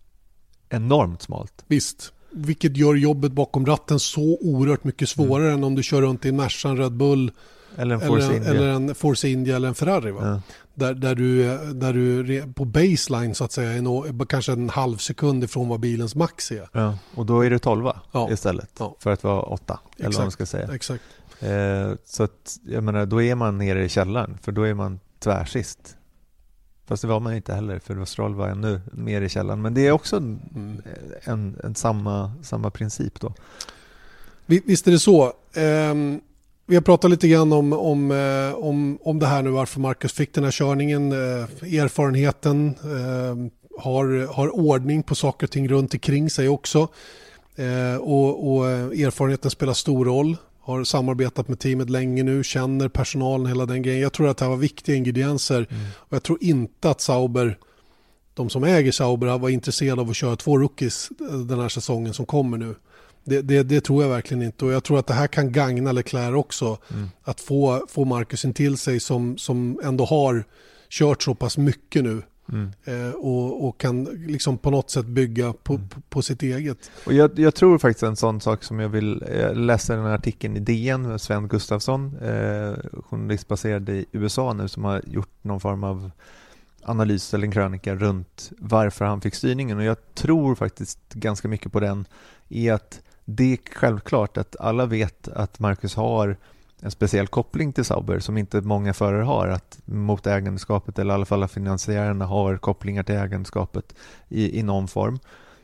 enormt smalt. Visst, vilket gör jobbet bakom ratten så oerhört mycket svårare mm. än om du kör runt i en Merca, en Red Bull eller en Force eller, India eller en Force India eller en Ferrari va? Ja. Där, där, du, där du på baseline så att säga är nå, kanske en halv sekund ifrån vad bilens max är. Ja, och då är det tolva ja. istället ja. för att vara åtta. Eller exakt. vad man ska säga. Exakt. Eh, så att, jag menar, då är man nere i källaren, för då är man tvärsist. Fast det var man inte heller, för Stroll var ännu mer i källaren. Men det är också en, mm. en, en samma, samma princip då. Visst är det så. Um, vi har pratat lite grann om, om, om, om det här nu, varför Marcus fick den här körningen. Uh, erfarenheten uh, har, har ordning på saker och ting runt omkring sig också. Uh, och, och erfarenheten spelar stor roll. Har samarbetat med teamet länge nu, känner personalen, hela den grejen. Jag tror att det här var viktiga ingredienser. Mm. Och jag tror inte att Sauber, de som äger Sauber, var intresserade av att köra två rookies den här säsongen som kommer nu. Det, det, det tror jag verkligen inte. Och jag tror att det här kan gagna Leclerc också. Mm. Att få, få Marcus in till sig som, som ändå har kört så pass mycket nu. Mm. Eh, och, och kan liksom på något sätt bygga på, mm. på, på sitt eget. Och jag, jag tror faktiskt en sån sak som jag vill jag läsa den här artikeln i D N med Sven Gustafsson, eh, journalist baserad i U S A nu, som har gjort någon form av analys eller en krönika runt varför han fick styrningen, och jag tror faktiskt ganska mycket på den, är att det är självklart att alla vet att Marcus har en speciell koppling till Sauber som inte många förare har, att mot ägandeskapet, eller i alla fall att finansiärerna har kopplingar till ägandeskapet i, i någon form.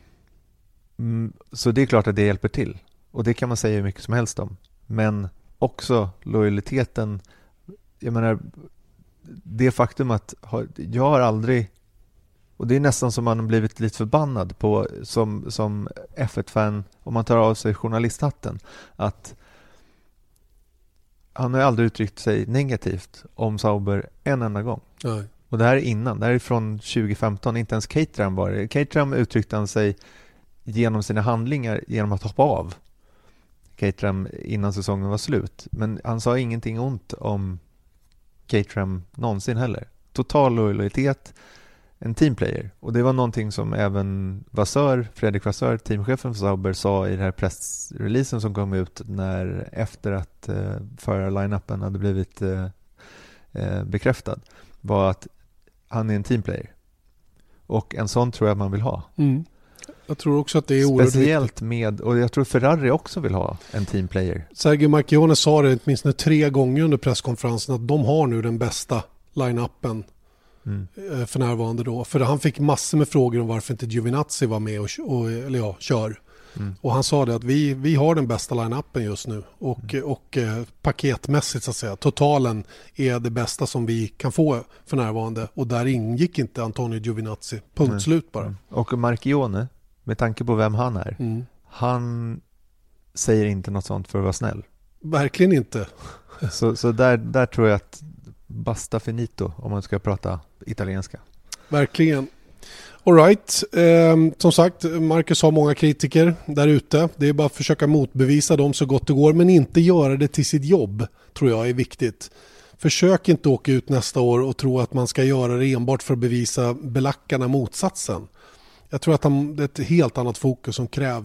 Mm, så det är klart att det hjälper till, och det kan man säga hur mycket som helst om, men också lojaliteten. Jag menar, det faktum att jag har aldrig, och det är nästan som man har blivit lite förbannad på som, som F ett-fan, om man tar av sig journalisthatten, att han har aldrig uttryckt sig negativt om Sauber en enda gång. Nej. Och det här är innan, det här är från tjugo femton, inte ens Caterham var det. Caterham uttryckte han sig genom sina handlingar genom att hoppa av Caterham innan säsongen var slut. Men han sa ingenting ont om Caterham någonsin heller. Total lojalitet, en teamplayer. Och det var någonting som även Vassör, Fredrik Vassör, teamchefen för Sauber, sa i den här pressreleasen som kom ut när efter att eh, förarline-upen hade blivit eh, eh, bekräftad, var att han är en teamplayer. Och en sån tror jag man vill ha. Mm. Jag tror också att det är oerhört speciellt med, och jag tror Ferrari också vill ha en teamplayer. Sergio Marchionne sa det åtminstone tre gånger under presskonferensen att de har nu den bästa line-upen mm. för närvarande då. För han fick massor med frågor om varför inte Giovinazzi var med och, och eller ja, kör. Mm. Och han sa det att vi, vi har den bästa line-upen just nu. Och, mm. och eh, paketmässigt så att säga, totalen är det bästa som vi kan få för närvarande. Och där ingick inte Antonio Giovinazzi. Punkt mm. slut bara. Mm. Och Marchionne, med tanke på vem han är, mm. han säger inte något sånt för att vara snäll. Verkligen inte. så så där, där tror jag att basta finito, om man ska prata italienska. Verkligen. All right. Eh, som sagt, Marcus har många kritiker där ute. Det är bara att försöka motbevisa dem så gott det går, men inte göra det till sitt jobb, tror jag är viktigt. Försök inte åka ut nästa år och tro att man ska göra det enbart för att bevisa belackarna motsatsen. Jag tror att det är ett helt annat fokus som krävs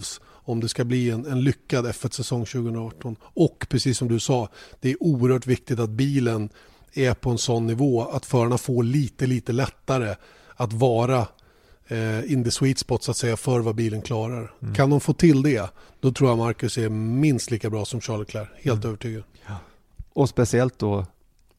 om det ska bli en, en lyckad F ett-säsong tjugo arton. Och precis som du sa, det är oerhört viktigt att bilen är på en sån nivå att förarna får lite, lite lättare att vara eh, in the sweet spot så att säga för vad bilen klarar. Mm. Kan de få till det, då tror jag Marcus är minst lika bra som Charles Leclerc. Helt mm. övertygad. Ja. Och speciellt då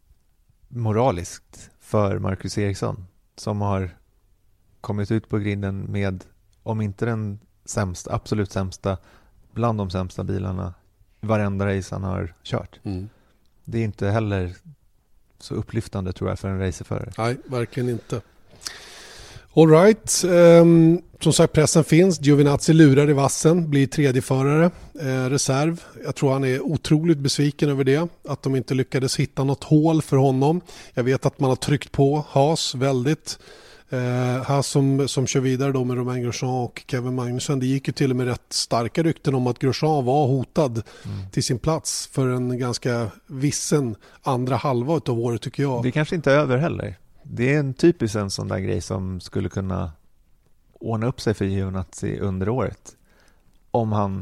moraliskt för Marcus Ericsson som har kommit ut på grinden med, om inte den sämsta, absolut sämsta, bland de sämsta bilarna varenda race han har kört. Mm. Det är inte heller så upplyftande tror jag för en racerförare. Nej, verkligen inte. All right. Um, som sagt, pressen finns. Giovinazzi lurar i vassen, blir tredje förare, eh, reserv. Jag tror han är otroligt besviken över det. Att de inte lyckades hitta något hål för honom. Jag vet att man har tryckt på Haas väldigt. Eh, Haas som, som kör vidare då med Romain Grosjean och Kevin Magnussen. Det gick ju till och med rätt starka rykten om att Grosjean var hotad mm. till sin plats för en ganska vissen andra halva av året tycker jag. Det kanske inte är över heller. Det är en typisk en sån där grej som skulle kunna ordna upp sig för Giovinazzi under året. Om han,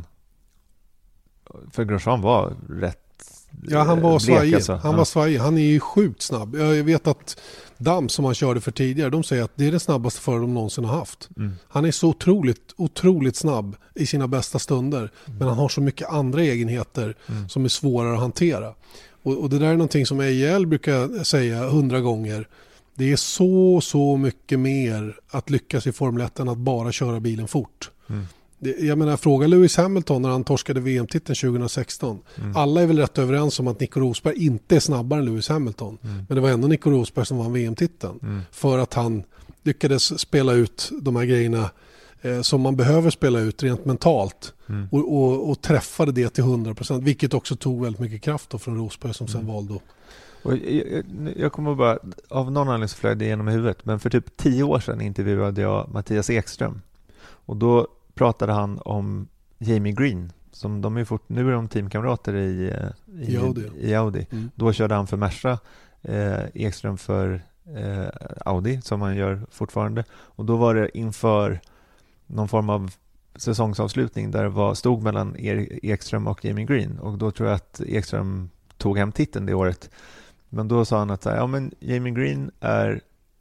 för Grosjean var rätt Ja, han var svajig. Alltså. Han ja. var svajig. Han är ju sjukt snabb. Jag vet att Damm som han körde för tidigare, de säger att det är den snabbaste förare de någonsin har haft. Mm. Han är så otroligt, otroligt snabb i sina bästa stunder. Mm. Men han har så mycket andra egenheter mm. som är svårare att hantera. Och, och det där är någonting som A J L brukar säga hundra gånger. Det är så, så mycket mer att lyckas i Formel ett än att bara köra bilen fort. Mm. Det, jag menar, fråga Lewis Hamilton när han torskade V M-titeln tjugo sexton. Mm. Alla är väl rätt överens om att Nico Rosberg inte är snabbare än Lewis Hamilton. Mm. Men det var ändå Nico Rosberg som vann V M-titeln. Mm. För att han lyckades spela ut de här grejerna eh, som man behöver spela ut rent mentalt. Mm. Och, och, och träffade det till hundra procent. Vilket också tog väldigt mycket kraft då från Rosberg som sen mm. valde då. Och jag, jag kommer bara, av någon anledning så flög det genom i huvudet, men för typ tio år sedan intervjuade jag Mattias Ekström och då pratade han om Jamie Green som de är fort, nu är de teamkamrater i, i, I Audi, i Audi. Mm. Då körde han för Merca, eh, Ekström för eh, Audi som han gör fortfarande, och då var det inför någon form av säsongsavslutning där det var, stod mellan Ekström och Jamie Green, och då tror jag att Ekström tog hem titeln det året. Men då sa han att ja, men Jamie Green är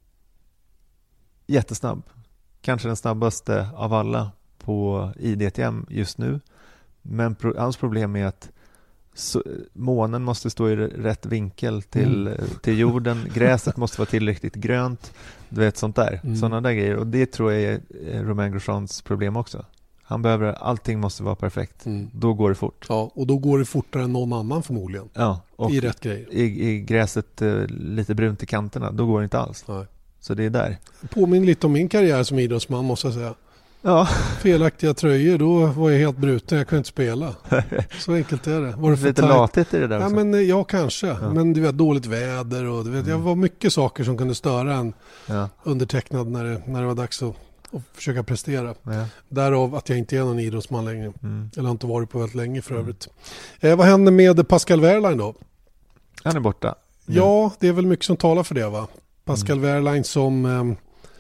jättesnabb. Kanske den snabbaste av alla på I D T M just nu. Men pro- hans problem är att så, månen måste stå i rätt vinkel till, mm. till jorden. Gräset måste vara tillräckligt grönt. Du vet, sånt där. Mm. Sådana där grejer. Och det tror jag är Romain Grosjeans problem också. Han behöver, allting måste vara perfekt. Mm. Då går det fort. Ja, och då går det fortare än någon annan förmodligen. Ja, och i rätt grejer. I, i gräset eh, lite brunt i kanterna, då går det inte alls. Nej. Så det är där. Påminner lite om min karriär som idrottsman måste jag säga. Ja. Felaktiga tröjor, då var jag helt bruten. Jag kunde inte spela. Så enkelt är det. Var det för lite lathet i det där ja, också? Men, ja, kanske. Ja. Men du vet, dåligt väder och du vet, mm. jag var mycket saker som kunde störa en ja. undertecknad när det, när det var dags att och försöka prestera. Ja. Därav att jag inte är någon idrottsman längre. Mm. Eller har inte varit på väldigt länge för övrigt. Mm. Eh, vad händer med Pascal Wehrlein då? Han är borta. Ja, ja det är väl mycket som talar för det, va? Pascal mm. Wehrlein som, eh,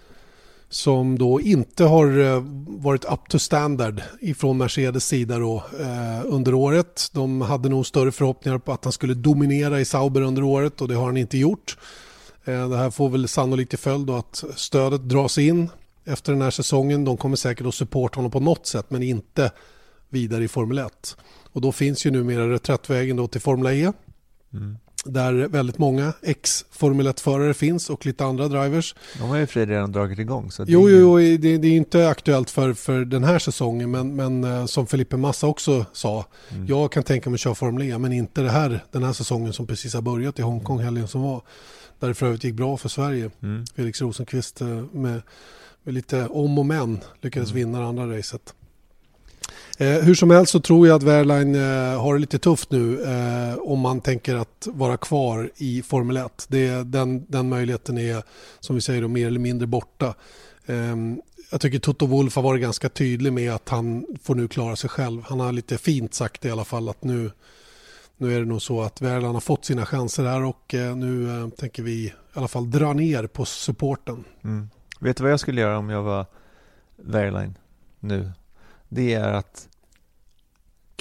som då inte har eh, varit up to standard ifrån Mercedes sida då, eh, under året. De hade nog större förhoppningar på att han skulle dominera i Sauber under året, och det har han inte gjort. Eh, det här får väl sannolikt till följd då att stödet dras in efter den här säsongen. De kommer säkert att supporta honom på något sätt, men inte vidare i Formel ett. Och då finns ju numera reträttvägen då till Formel E. Mm. Där väldigt många ex-Formel ett-förare finns och lite andra drivers. De har ju för redan dragit igång. Så jo, jo, jo det, det är inte aktuellt för, för den här säsongen, men, men uh, som Felipe Massa också sa, mm. jag kan tänka mig att köra Formel E, men inte det här, den här säsongen som precis har börjat i Hongkong helgen som var. Där det för övrigt gick bra för Sverige. Mm. Felix Rosenqvist uh, med med lite om och men lyckades mm. vinna det andra racet. Eh, hur som helst så tror jag att Wehrlein eh, har det lite tufft nu eh, om man tänker att vara kvar i Formel ett. Det, den, den möjligheten är, som vi säger, då, mer eller mindre borta. Eh, jag tycker Toto Wolff har varit ganska tydlig med att han får nu klara sig själv. Han har lite fint sagt i alla fall att nu, nu är det nog så att Wehrlein har fått sina chanser här, och eh, nu eh, tänker vi i alla fall dra ner på supporten. Mm. Vet du vad jag skulle göra om jag var Wehrlein nu? Det är att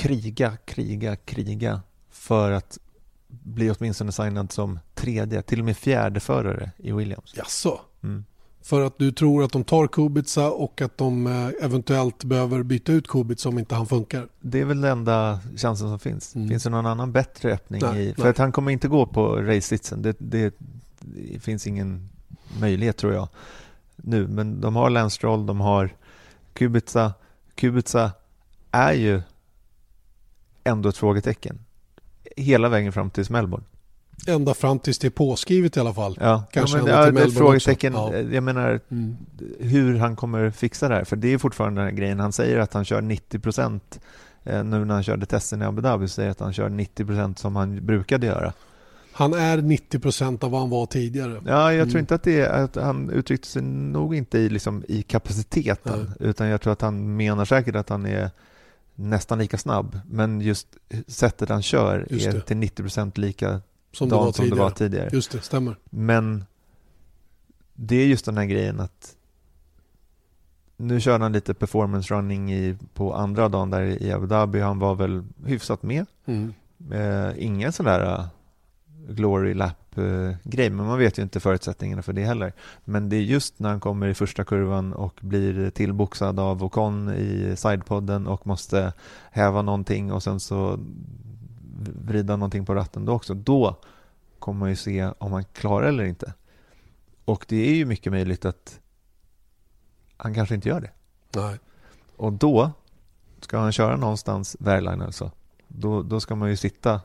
kriga, kriga, kriga för att bli åtminstone signad som tredje, till och med fjärde förare i Williams. Jaså? Mm. För att du tror att de tar Kubica och att de eventuellt behöver byta ut Kubica om inte han funkar? Det är väl den enda chansen som finns. Mm. Finns det någon annan bättre öppning? Nej, i? För nej. att han kommer inte gå på race-sitsen. Det, det, det finns ingen möjlighet tror jag nu. Men de har Lance Stroll, de har Kubica. Kubica är ju ändå ett frågetecken. Hela vägen fram till Melbourne. Ända fram tills det är påskrivet i alla fall. Ja, Kanske ja, men, ända ja, till det är ett Melbourne frågetecken. också. Ja. Jag menar Mm. hur han kommer fixa det här. För det är fortfarande den här grejen. Han säger att han kör nittio procent eh, nu när han körde testen i Abu Dhabi, så säger att han kör nittio procent som han brukade göra. Han är nittio procent av vad han var tidigare. Ja, jag Mm. tror inte att det är att han uttryckte sig nog inte i, liksom, i kapaciteten, Nej. utan jag tror att han menar säkert att han är nästan lika snabb, men just sättet han kör Just är det. till nittio procent lika Som det var som det tidigare. var tidigare. Just det, stämmer. Men det är just den här grejen att nu kör han lite performance running i, på andra dagen där i Abu Dhabi. Han var väl hyfsat med. Mm. Eh, ingen sån där uh, glory lap uh, grej, men man vet ju inte förutsättningarna för det heller. Men det är just när han kommer i första kurvan och blir tillboxad av Ocon i sidepodden och måste häva någonting och sen så vrida någonting på ratten då också. Då kommer man ju se om han klarar eller inte. Och det är ju mycket möjligt att han kanske inte gör det. Nej. Och då ska han köra någonstans Wehrlein alltså. Då, då ska man ju sitta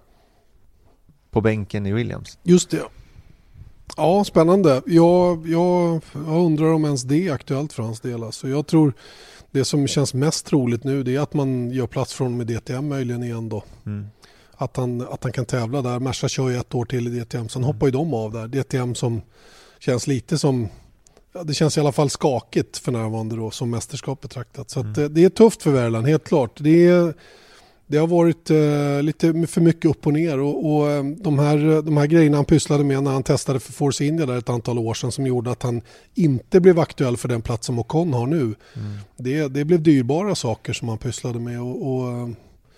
på bänken i Williams. Just det. Ja, spännande. Jag, jag, jag undrar om ens det är aktuellt för hans del. Alltså jag tror det som känns mest troligt nu, det är att man gör plats från med D T M möjligen igen då. Mm. Att han, att han kan tävla där. Merca kör ju ett år till i D T M. Sen hoppar ju de av där. D T M som känns lite som... Ja, det känns i alla fall skakigt för närvarande då, som mästerskap betraktat. Så att, Mm. det är tufft för Wehrlein, helt klart. Det, är, det har varit eh, lite för mycket upp och ner. Och, och eh, de, här, de här grejerna han pysslade med när han testade för Force India där ett antal år sedan, som gjorde att han inte blev aktuell för den plats som Ocon har nu. Mm. Det, det blev dyrbara saker som han pysslade med. Och, och, eh,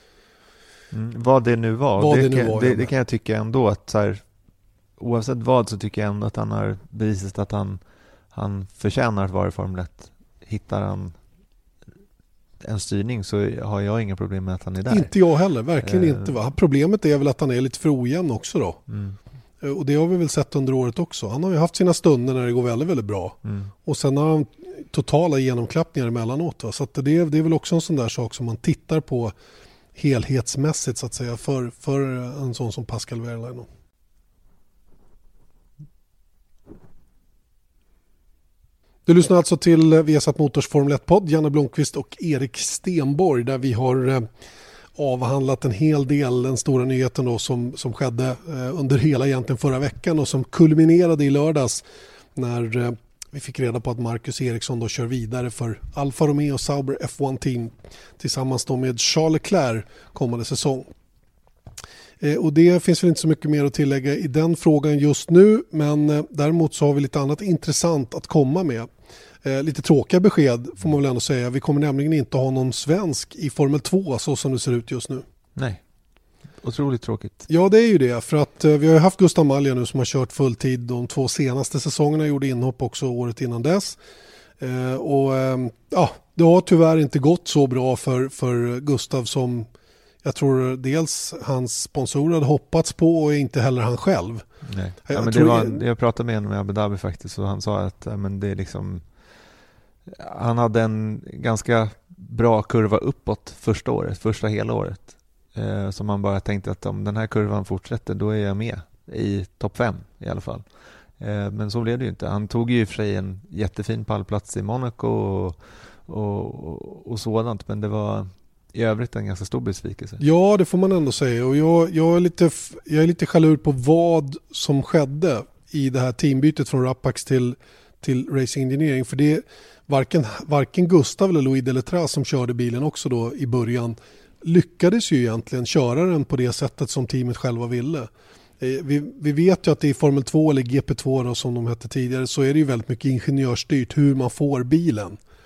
Mm. Vad det nu var. Vad det, det nu kan, var, det, ja. det kan jag tycka ändå att så här, oavsett vad så tycker jag ändå att han har bevisat att han, han förtjänar att vara i Formel ett. Hittar han en styrning så har jag inga problem med att han är där. inte jag heller, verkligen Eh. inte. Va? Problemet är väl att han är lite för ojämn också då. Mm. Eh, Och det har vi väl sett under året också. Han har ju haft sina stunder när det går väldigt, väldigt bra. Mm. Och sen har han totala genomklappningar emellanåt. Va? Så att det, det är väl också en sån där sak som man tittar på helhetsmässigt så att säga för, för en sån som Pascal Wehrlein. Du lyssnar alltså till Viasat Motors Formel ett-podd, Janne Blomqvist och Erik Stenborg, där vi har eh, avhandlat en hel del, den stora nyheten då som, som skedde eh, under hela egentligen förra veckan och som kulminerade i lördags när eh, vi fick reda på att Marcus Ericsson då kör vidare för Alfa Romeo Sauber F ett Team tillsammans då med Charles Leclerc kommande säsong. Eh, och det finns väl inte så mycket mer att tillägga i den frågan just nu, men eh, däremot så har vi lite annat intressant att komma med. Eh, lite tråkiga besked får man väl ändå säga. Vi kommer nämligen inte ha någon svensk i Formel två så som det ser ut just nu. Nej, otroligt tråkigt. Ja, det är ju det, för att eh, vi har ju haft Gustav Malja nu som har kört fulltid de två senaste säsongerna, gjorde inhopp också året innan dess. Eh, och eh, ja, det har tyvärr inte gått så bra för, för Gustav som jag tror dels hans sponsorer hade hoppats på och inte heller han själv. Nej. Jag Ja, men det tror- var, jag pratade med honom i Abu Dhabi faktiskt och han sa att ja, men det är liksom, han hade en ganska bra kurva uppåt första året, första hela året. Eh, som man bara tänkte att om den här kurvan fortsätter då är jag med i topp fem i alla fall. Eh, men så blev det ju inte. Han tog ju i och för sig en jättefin pallplats i Monaco och, och, och, och sådant, men det var i övrigt en ganska stor besvikelse. Ja, det får man ändå säga. Och jag, jag, är lite, f- jag är lite jalur på vad som skedde i det här teambytet från Rapax till, till Racing Engineering. För det är varken, varken Gustav eller Louis Deletraz som körde bilen också då i början lyckades ju egentligen köra den på det sättet som teamet själva ville. Eh, Vi, vi vet ju att i Formel två eller G P två då, som de hette tidigare, så är det ju väldigt mycket ingenjörsstyrt hur man får bilen.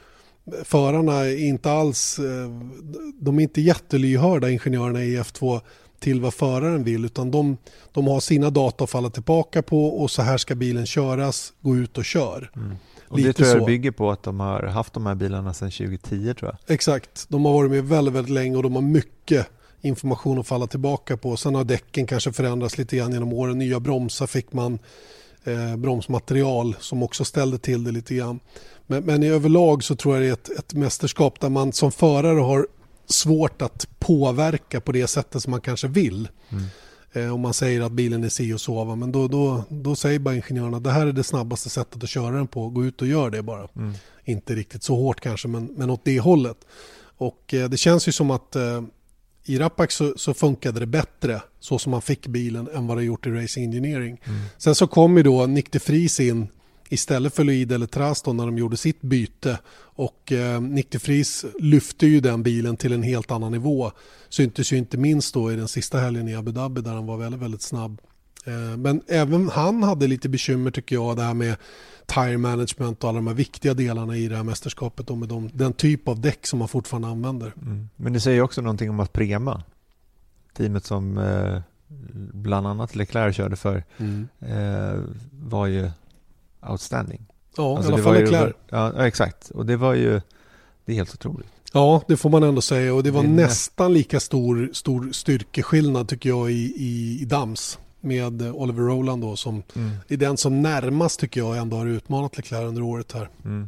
förarna är inte alls, de är inte jättelyhörda, ingenjörerna i F två, till vad föraren vill, utan de, de har sina data att falla tillbaka på och så här ska bilen köras, gå ut och kör. Mm. Och Lite det tror jag så. bygger på att de har haft de här bilarna sedan tjugo tio, tror jag. Exakt, de har varit med väldigt, väldigt länge och de har mycket information att falla tillbaka på. Sen har däcken kanske förändrats lite grann genom åren. Nya bromsar fick man, eh, bromsmaterial som också ställde till det lite grann. Men, men i överlag så tror jag det är ett, ett mästerskap där man som förare har svårt att påverka på det sättet som man kanske vill. Mm. Eh, om man säger att bilen är si och så, va? Men då, då, då säger bara ingenjörerna att det här är det snabbaste sättet att köra den på. Gå ut och gör det bara. Mm. Inte riktigt så hårt kanske, men, men åt det hållet. Och eh, det känns ju som att eh, i Rappack så, så funkade det bättre så som man fick bilen än vad det gjort i Racing Engineering. Mm. Sen så kom ju då Nick de Vries in istället för Loïc Delétraz när de gjorde sitt byte, och eh, Nick de Vries lyfte ju den bilen till en helt annan nivå. Syntes ju inte minst då i den sista helgen i Abu Dhabi där han var väldigt, väldigt snabb. Eh, men även han hade lite bekymmer tycker jag, det här med tire management och alla de här viktiga delarna i det här mästerskapet och med de, den typ av däck som man fortfarande använder. Mm. Men det säger också någonting om att Prema, teamet som eh, bland annat Leclerc körde för, mm. eh, var ju outstanding. Ja, alltså i alla fall Leclerc. Ja, exakt. Och det var ju, det är helt otroligt. Ja, det får man ändå säga. Och det var det nästan nä- lika stor, stor styrkeskillnad tycker jag i, i, i Dams med Oliver Rowland då, som mm. är den som närmast tycker jag ändå har utmanat Leclerc under året här. Mm.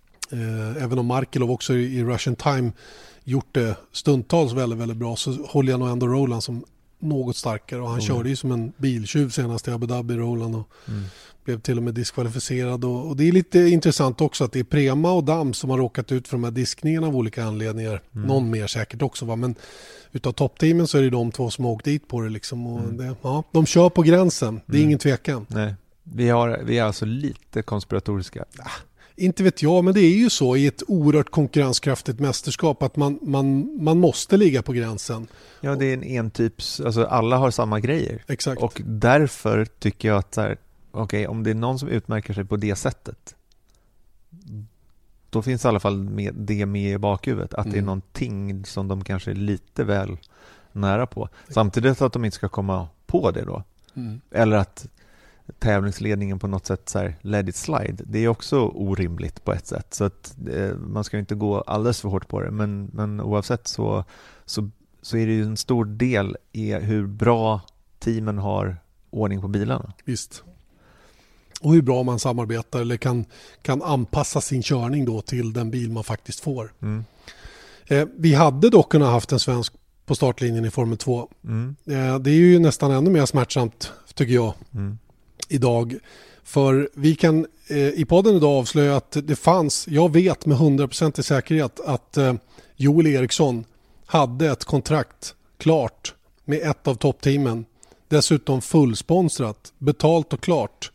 Eh, även om Markelov också i, i Russian Time gjort det stundtals väldigt, väldigt bra, så håller jag nog ändå Rowland som något starkare, och han mm. körde ju som en biltjuv senast i Abu Dhabi, Rowland, och mm. blev till och med diskvalificerad. Och, och det är lite intressant också att det är Prema och Dam som har råkat ut för de här diskningarna av olika anledningar. Mm. Någon mer säkert också, va? Men utav toppteamen så är det de två som har åkt dit på det liksom. Och mm. det, ja, de kör på gränsen, det är mm. ingen tvekan. Nej. Vi, har, vi är alltså lite konspiratoriska. Ah, inte vet jag, men det är ju så i ett oerhört konkurrenskraftigt mästerskap att man, man, man måste ligga på gränsen. Ja, det är en entyps, alltså alla har samma grejer. Exakt. Och därför tycker jag att så här, okej, om det är någon som utmärker sig på det sättet, då finns i alla fall med det med i bakhuvudet, att mm. det är någonting som de kanske är lite väl nära på. Samtidigt att de inte ska komma på det då. Mm. Eller att tävlingsledningen på något sätt så här, let it slide. Det är också orimligt på ett sätt. Så att eh, man ska inte gå alldeles för hårt på det. Men, men oavsett så, så, så är det ju en stor del i hur bra teamen har ordning på bilarna. Visst. Och hur bra man samarbetar eller kan, kan anpassa sin körning då till den bil man faktiskt får. Mm. Eh, vi hade dock kunnat haft en svensk på startlinjen i Formel två. Mm. Eh, det är ju nästan ännu mer smärtsamt tycker jag mm. idag. För vi kan eh, i podden idag avslöja att det fanns, jag vet med hundra procent i säkerhet att eh, Joel Eriksson hade ett kontrakt klart med ett av toppteamen. Dessutom fullsponsrat, betalt och klart,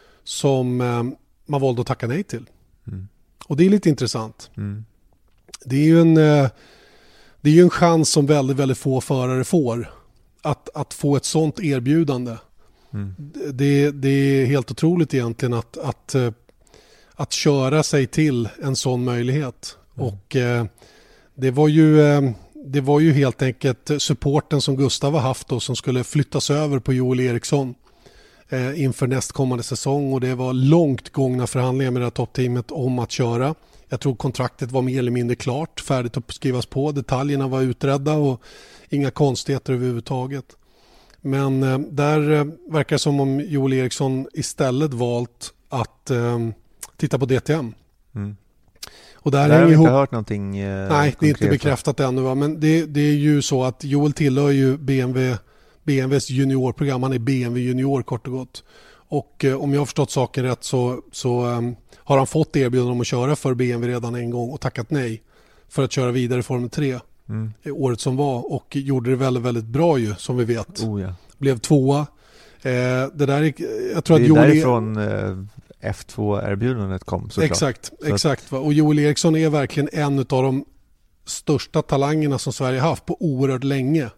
som eh, man valde att tacka nej till. Mm. Och det är lite intressant. Mm. Det är ju en, eh, det är ju en chans som väldigt, väldigt få förare får. Att, att få ett sånt erbjudande. Mm. Det, det är helt otroligt egentligen att, att, att, att köra sig till en sån möjlighet. Mm. Och eh, det var ju... Eh, Det var ju helt enkelt supporten som Gustav har haft då, som skulle flyttas över på Joel Eriksson eh, inför nästkommande säsong, och det var långt gångna förhandlingar med det här toppteamet om att köra. Jag tror kontraktet var mer eller mindre klart, färdigt att skrivas på. Detaljerna var utredda och inga konstigheter överhuvudtaget. Men eh, där eh, verkar det som om Joel Eriksson istället valt att eh, titta på D T M. Mm. Och där, där har vi ihop... inte hört någonting eh, Nej, konkret. Det är inte bekräftat ännu. Va? Men det, det är ju så att Joel tillhör ju B M W, B M Ws juniorprogram. Han är B M W junior kort och gott. Och eh, om jag har förstått saken rätt så, så um, har han fått erbjudande om att köra för B M W redan en gång och tackat nej för att köra vidare i Formel tre mm. året som var. Och gjorde det väldigt, väldigt bra ju, som vi vet. Oh, ja. Blev tvåa. Eh, det där är, jag tror det att är Joel därifrån... Eh... F två-erbjudandet kom såklart. Exakt, exakt. Och Joel Eriksson är verkligen en av de största talangerna som Sverige haft på oerhört länge.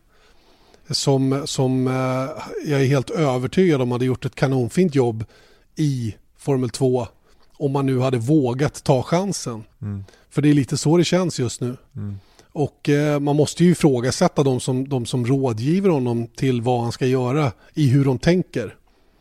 Som, som jag är helt övertygad om hade gjort ett kanonfint jobb i Formel två om man nu hade vågat ta chansen. Mm. För det är lite så det känns just nu. Mm. Och eh, man måste ju ifrågasätta de som, de som rådgiver honom till vad han ska göra i hur de tänker.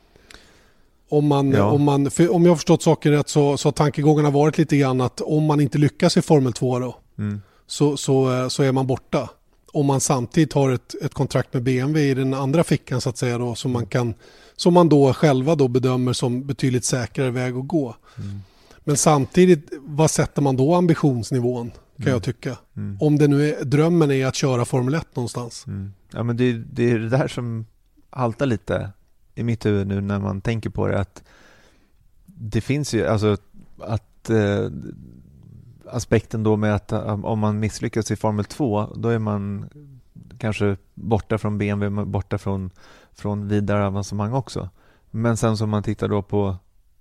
Om, man, Ja. om, man, för om jag har förstått saker rätt så, så har tankegångarna varit lite grann att om man inte lyckas i Formel två då, Mm. så, så, eh, så är man borta. Om man samtidigt har ett, ett kontrakt med B M W i den andra fickan så att säga då, som man, kan, som man då själva då bedömer som betydligt säkrare väg att gå. Mm. Men samtidigt, vad sätter man då ambitionsnivån kan Mm. jag tycka? Mm. Om det nu är, drömmen är att köra Formel ett någonstans. Mm. Ja, men det, det är det där som haltar lite i mitt huvud nu när man tänker på det, att det finns ju alltså att eh, aspekten då med att um, om man misslyckas i Formel två, då är man kanske borta från B M W, borta från, från vidare avancemang också. Men sen som man tittar då på,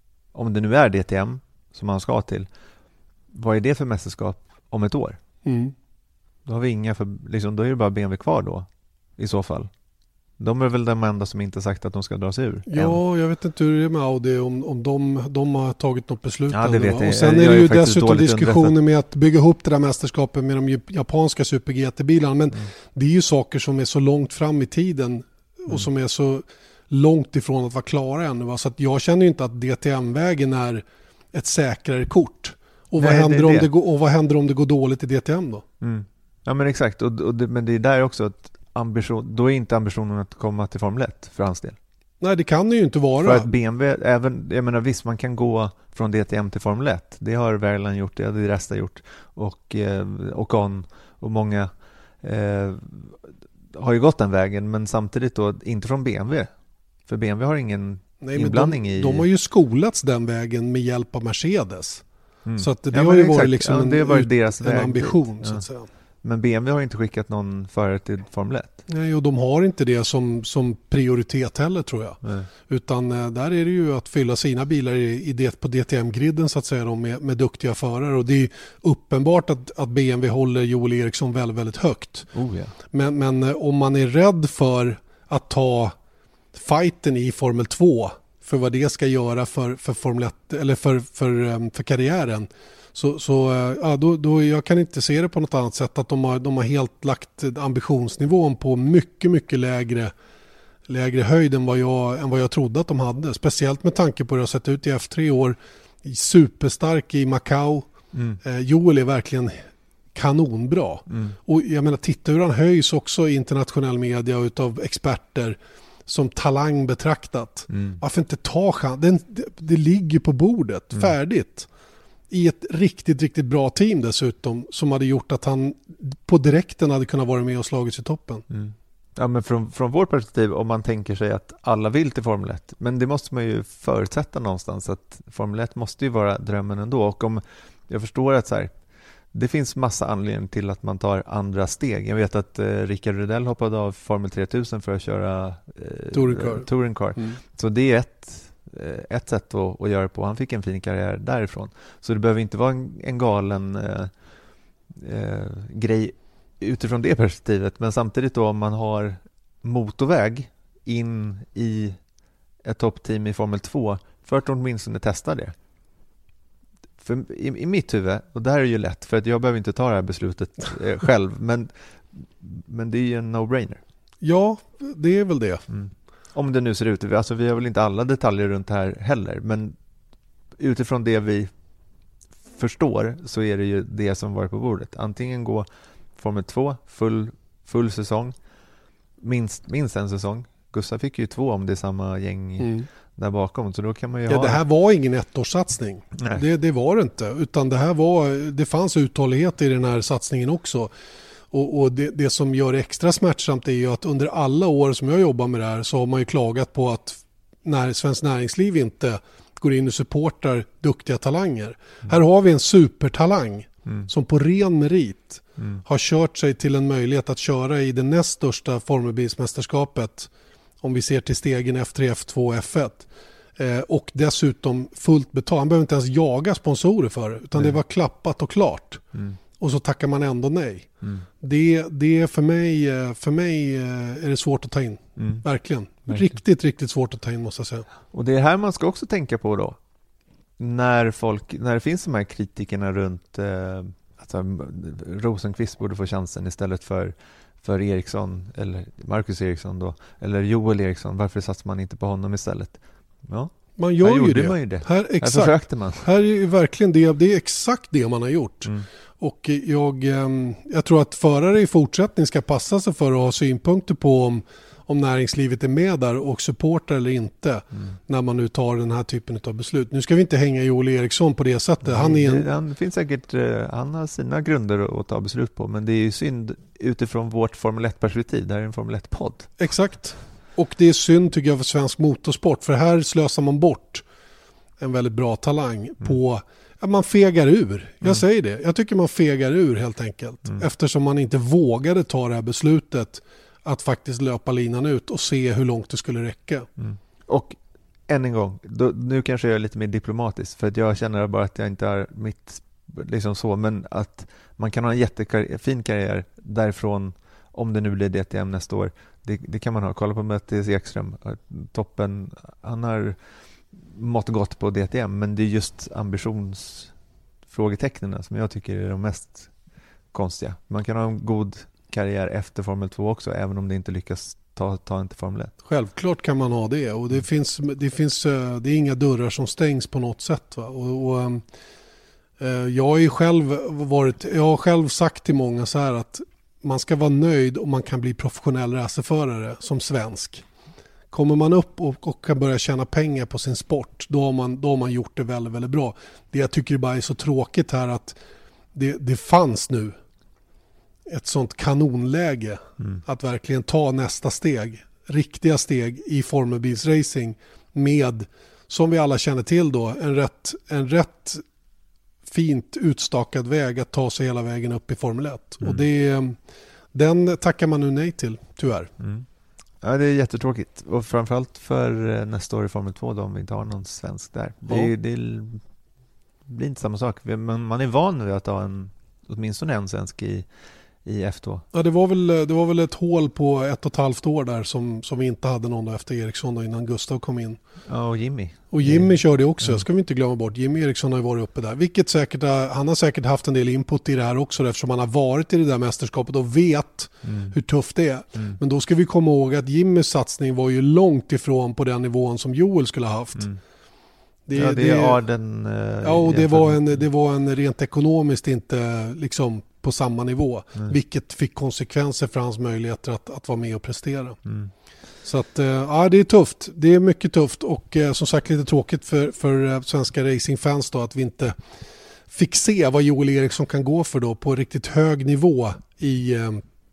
om det nu är D T M som man ska till, vad är det för mästerskap om ett år? Mm. Då har vi inga för, liksom, då är det bara B M W kvar då i så fall. De är väl de enda som inte sagt att de ska dra sig ur. Ja, än. jag vet inte hur det är med Audi, om, om de, de har tagit något beslut. Ja, det ännu, vet va? jag. Och sen Jag är det är ju faktiskt dessutom dåligt diskussioner underrättad. med att bygga ihop det där mästerskapet med de japanska super G T-bilarna. Men Mm. det är ju saker som är så långt fram i tiden och Mm. som är så långt ifrån att vara klara ännu. Va? Så att jag känner ju inte att D T M-vägen är ett säkrare kort. Och vad, Nej, händer det är om det. det går, och vad händer om det går dåligt i D T M då? Mm. Ja, men exakt. Och, och det, men det är där också att ambition, då är inte ambitionen att komma till Formel ett för hans del. Nej, det kan det ju inte vara. För att B M W, även, jag menar visst, man kan gå från D T M till Formel ett. Det har Verlaine gjort, det har Di Resta gjort. Och eh, Ocon och många eh, har ju gått den vägen, men samtidigt då inte från B M W. För B M W har ingen Nej, men inblandning de, i... de har ju skolats den vägen med hjälp av Mercedes. Mm. Så att det Ja, har men ju exakt. varit liksom Ja, en, det har varit ut- deras en väg ambition dit. så Ja. att säga. Men B M W har inte skickat någon förare till Formel ett. Nej, och de har inte det som, som prioritet heller tror jag. Nej. Utan eh, där är det ju att fylla sina bilar i, i det, på D T M-griden så att säga då, med, med duktiga förare. Och det är uppenbart att, att B M W håller Joel Eriksson väldigt, väldigt högt. Oh, ja. Men, men eh, om man är rädd för att ta fighten i Formel två för vad det ska göra för, för, Formel ett, eller för, för, eh, för karriären, så, så eh, ja, då, då jag kan inte se det på något annat sätt, att de har, de har helt lagt ambitionsnivån på mycket, mycket lägre, lägre höjd än vad, jag, än vad jag trodde att de hade. Speciellt med tanke på hur det har sett ut i F tre år. Superstark i Macau. Mm. Eh, Joel är verkligen kanonbra. Mm. Och jag menar, titta hur han höjs också i internationell media utav experter som talang betraktat. Mm. Varför inte ta chansen? Det, det ligger på bordet, Mm. färdigt. I ett riktigt, riktigt bra team dessutom, som hade gjort att han på direkten hade kunnat vara med och slagits i toppen. Mm. Ja, men från, från vårt perspektiv, om man tänker sig att alla vill till Formel ett, men det måste man ju förutsätta någonstans, att Formel ett måste ju vara drömmen ändå. Och om jag förstår att så här, det finns massa anledningar till att man tar andra steg. Jag vet att eh, Rickard Rydell hoppade av Formel tre tusen för att köra eh, Touring car. eh, touring car. Mm. Så det är ett, eh, ett sätt att, att göra det på. Han fick en fin karriär därifrån. Så det behöver inte vara en, en galen eh, eh, grej utifrån det perspektivet. Men samtidigt då, om man har motorväg in i ett toppteam i Formel två, för att åtminstone testa det. För i, i mitt huvud, och det här är ju lätt för att jag behöver inte ta det här beslutet eh, själv, men, men det är ju en no-brainer. Ja, det är väl det. Mm. Om det nu ser ut, alltså vi har väl inte alla detaljer runt det här heller, men utifrån det vi förstår så är det ju det som varit på bordet. Antingen gå Formel två, full, full säsong, minst, minst en säsong. Gustav fick ju två om det är samma gäng Mm. där bakom, så då kan man ju Ja, ha... det här var ingen ettårssatsning. Nej. Det, det var det inte. Utan det här var, det fanns uthållighet i den här satsningen också. Och, och det, det som gör det extra smärtsamt är ju att under alla år som jag jobbar med det här så har man ju klagat på att när Svenskt Näringsliv inte går in och supportar duktiga talanger. Mm. Här har vi en supertalang mm. som på ren merit mm. har kört sig till en möjlighet att köra i det näst största formelbilsmästerskapet, om vi ser till stegen F tre, F två och F ett. Eh, och dessutom fullt betalt. Han behöver inte ens jaga sponsorer för det, utan mm. det var klappat och klart. Mm. Och så tackar man ändå nej. Mm. Det, det är för mig, för mig är det svårt att ta in. Mm. Verkligen. Verkligen. Riktigt, riktigt svårt att ta in, måste jag säga. Och det är här man ska också tänka på då. när folk, när det finns de här kritikerna runt eh, alltså, Rosenqvist borde få chansen istället för för Eriksson eller Marcus Eriksson då, eller Joel Eriksson, varför satsar man inte på honom istället? Ja. Man gör här ju det. Man ju det. Här, exakt. Här försökte man. Här är ju verkligen det, det är exakt det man har gjort. Mm. Och jag, jag tror att förare i fortsättning ska passa sig för att ha synpunkter på om, om näringslivet är med där och supportar eller inte mm. när man nu tar den här typen av beslut. Nu ska vi inte hänga Joel Eriksson på det sättet. Han, är en... han finns säkert, han har sina grunder att ta beslut på, men det är ju synd utifrån vårt Formel ett-perspektiv. Det här är en Formel ett-podd. Exakt. Och det är synd tycker jag för svensk motorsport, för här slösar man bort en väldigt bra talang mm. på att man fegar ur. Jag mm. säger det. Jag tycker man fegar ur helt enkelt. Mm. Eftersom man inte vågade ta det här beslutet att faktiskt löpa linan ut och se hur långt det skulle räcka. Mm. Och än en gång, då, nu kanske jag är lite mer diplomatisk för att jag känner bara att jag inte är mitt liksom så, men att man kan ha en jättefin karriär därifrån om det nu blir D T M nästa år. Det, det kan man ha. Kolla på Mattias Ekström. Toppen. Han har mått gott på D T M, men det är just ambitionsfrågetecknen som jag tycker är de mest konstiga. Man kan ha en god karriär efter Formel två också, även om det inte lyckas ta, ta inte Formel ett. Självklart kan man ha det, och det finns, det finns det är inga dörrar som stängs på något sätt. Va? Och, och, jag, har ju själv varit, jag har själv sagt till många så här att man ska vara nöjd om man kan bli professionell racerförare som svensk. Kommer man upp och, och kan börja tjäna pengar på sin sport, då har man, då har man gjort det väldigt, väldigt bra. Det jag tycker bara är så tråkigt här att det, det fanns nu ett sånt kanonläge mm. att verkligen ta nästa steg, riktiga steg i formelbilsracing med, som vi alla känner till då, en rätt, en rätt fint utstakad väg att ta sig hela vägen upp i Formel ett. Mm. Och det, den tackar man nu nej till, tyvärr. Mm. Ja, det är jättetråkigt. Och framförallt för nästa år i Formel två då, om vi inte har någon svensk där. Det, ja. det, det blir inte samma sak. Men man är van vid att ha en, åtminstone en svensk i, i F två. Ja, det var väl, det var väl ett hål på ett och ett halvt år där som, som vi inte hade någon då efter Eriksson då, innan Gustav kom in. Ja, och Jimmy. Och Jimmy mm. körde också, mm. ska vi inte glömma bort. Jimmy Eriksson har ju varit uppe där. Vilket säkert, han har säkert haft en del input i det här också, eftersom han har varit i det där mästerskapet och vet mm. hur tufft det är. Mm. Men då ska vi komma ihåg att Jimmys satsning var ju långt ifrån på den nivån som Joel skulle ha haft. Mm. Det, ja, det, det är Arden. Eh, ja, och det var, en, det var en rent ekonomiskt inte liksom på samma nivå. Mm. Vilket fick konsekvenser för hans möjligheter att, att vara med och prestera. Mm. Så att, ja, det är tufft. Det är mycket tufft och eh, som sagt lite tråkigt för, för svenska racingfans då att vi inte fick se vad Joel Eriksson kan gå för då på riktigt hög nivå i, eh,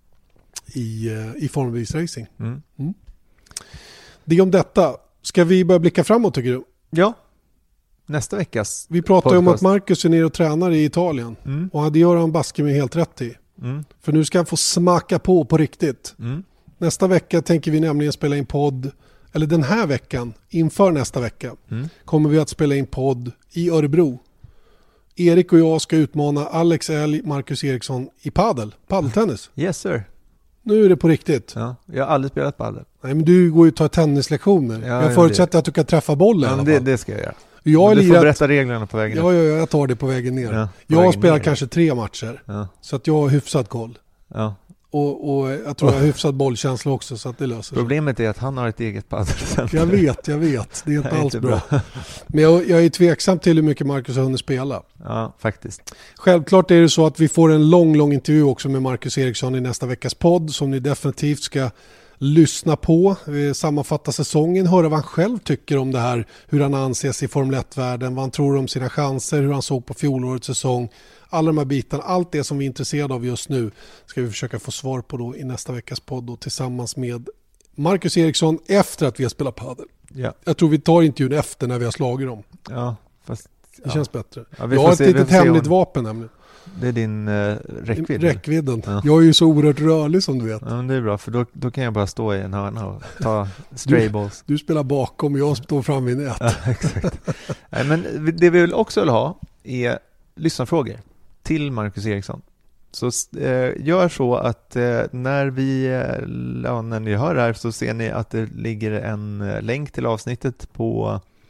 i, eh, i formelbilsracing. Mm. Mm. Det om detta. Ska vi börja blicka framåt tycker du? Ja. Nästa veckas Vi pratade podcast. Om att Marcus är nere och tränar i Italien. Mm. Och det gör han baske med helt rätt i. Mm. För nu ska han få smaka på på riktigt. Mm. Nästa vecka tänker vi nämligen spela in podd, eller den här veckan, inför nästa vecka, mm. kommer vi att spela in podd i Örebro. Erik och jag ska utmana Alex Elg, Marcus Eriksson i paddel, paddeltennis. Yes sir. Nu är det på riktigt. Ja, jag har aldrig spelat paddel. Nej, men du går ju och tar tennislektioner. Ja, jag förutsätter det. Att du kan träffa bollen. Ja, det, det ska jag göra. Jag du lirat... får berätta reglerna på vägen. Ja, ja, jag tar det på vägen ner. Ja, på jag vägen har spelat ner. Kanske tre matcher. Ja. Så att jag har hyfsat koll. Ja. Och, och jag tror jag har hyfsat bollkänsla också så att det löser Problemet sig. Är att han har ett eget padelcenter. Jag vet, jag vet. Det är inte alls bra. bra. Men jag, jag är tveksam till hur mycket Marcus har hunnit spela. Ja, faktiskt. Självklart är det så att vi får en lång, lång intervju också med Marcus Eriksson i nästa veckas podd som ni definitivt ska lyssna på, sammanfatta säsongen, höra vad han själv tycker om det här, hur han anses i Formel ett-världen, vad han tror om sina chanser, hur han såg på fjolårets säsong, alla de här bitarna, allt det som vi är intresserade av just nu ska vi försöka få svar på då i nästa veckas podd då, tillsammans med Marcus Eriksson efter att vi har spelat padel. Ja. Jag tror vi tar intervjun efter när vi har slagit dem. Ja, fast det ja. känns bättre. Ja, jag har ett litet hemligt vapen nämligen. Det är din uh, räckvidd. Räckvidden. Ja. Jag är ju så oerhört rörlig som du vet. Ja, men det är bra, för då, då kan jag bara stå i en hörna och ta stray balls. Du, du spelar bakom och jag står fram vid nät. Ja, exakt. Nej, men det vi vill också vill ha är lyssnarfrågor till Marcus Eriksson. Så eh, gör så att eh, när vi ja, när ni hör det här så ser ni att det ligger en länk till avsnittet på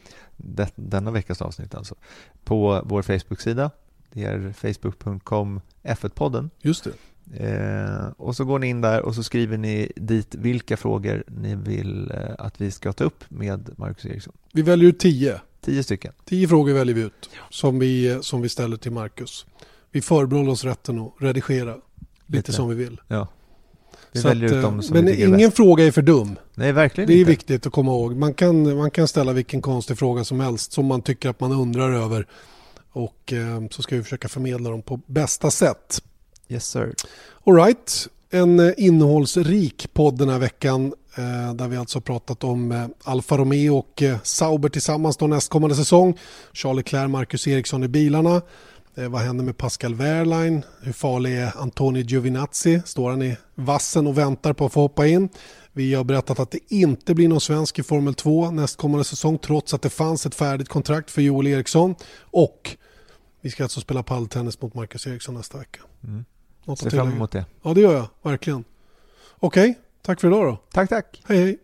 det, denna veckas avsnitt alltså, på vår Facebook-sida. Det är facebook punkt com F ett podden. Just det. Eh, och så går ni in där och så skriver ni dit vilka frågor ni vill eh, att vi ska ta upp med Marcus Eriksson. Vi väljer ut tio. Tio stycken. Tio frågor väljer vi ut som vi, som vi ställer till Marcus. Vi förbehåller oss rätten att redigera lite, Lite. som vi vill. Ja. Vi Så väljer att, ut dem som men vi tycker är ingen bäst. fråga är för dum. Nej, verkligen Det är inte. viktigt att komma ihåg. Man kan, man kan ställa vilken konstig fråga som helst som man tycker att man undrar över. Och eh, så ska vi försöka förmedla dem på bästa sätt. Yes sir. All right. En eh, innehållsrik podd den här veckan eh, där vi alltså har pratat om eh, Alfa Romeo och eh, Sauber tillsammans då nästkommande säsong. Charles Leclerc, Marcus Eriksson i bilarna. Eh, vad händer med Pascal Wehrlein? Hur farlig är Antonio Giovinazzi? Står han i vassen och väntar på att få hoppa in? Vi har berättat att det inte blir någon svensk i Formel två nästkommande säsong trots att det fanns ett färdigt kontrakt för Joel Eriksson. Och vi ska alltså spela palltennis mot Marcus Eriksson nästa vecka. Mm. Något Ser att fram tillägga? emot det. Ja, det gör jag. Verkligen. Okej, tack för idag då. Tack, tack. Hej, hej.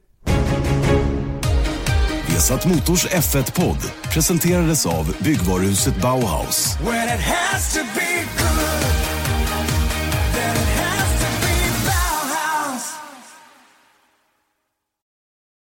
Vesat Motors F ett-podd presenterades av byggvaruhuset Bauhaus. When it has to be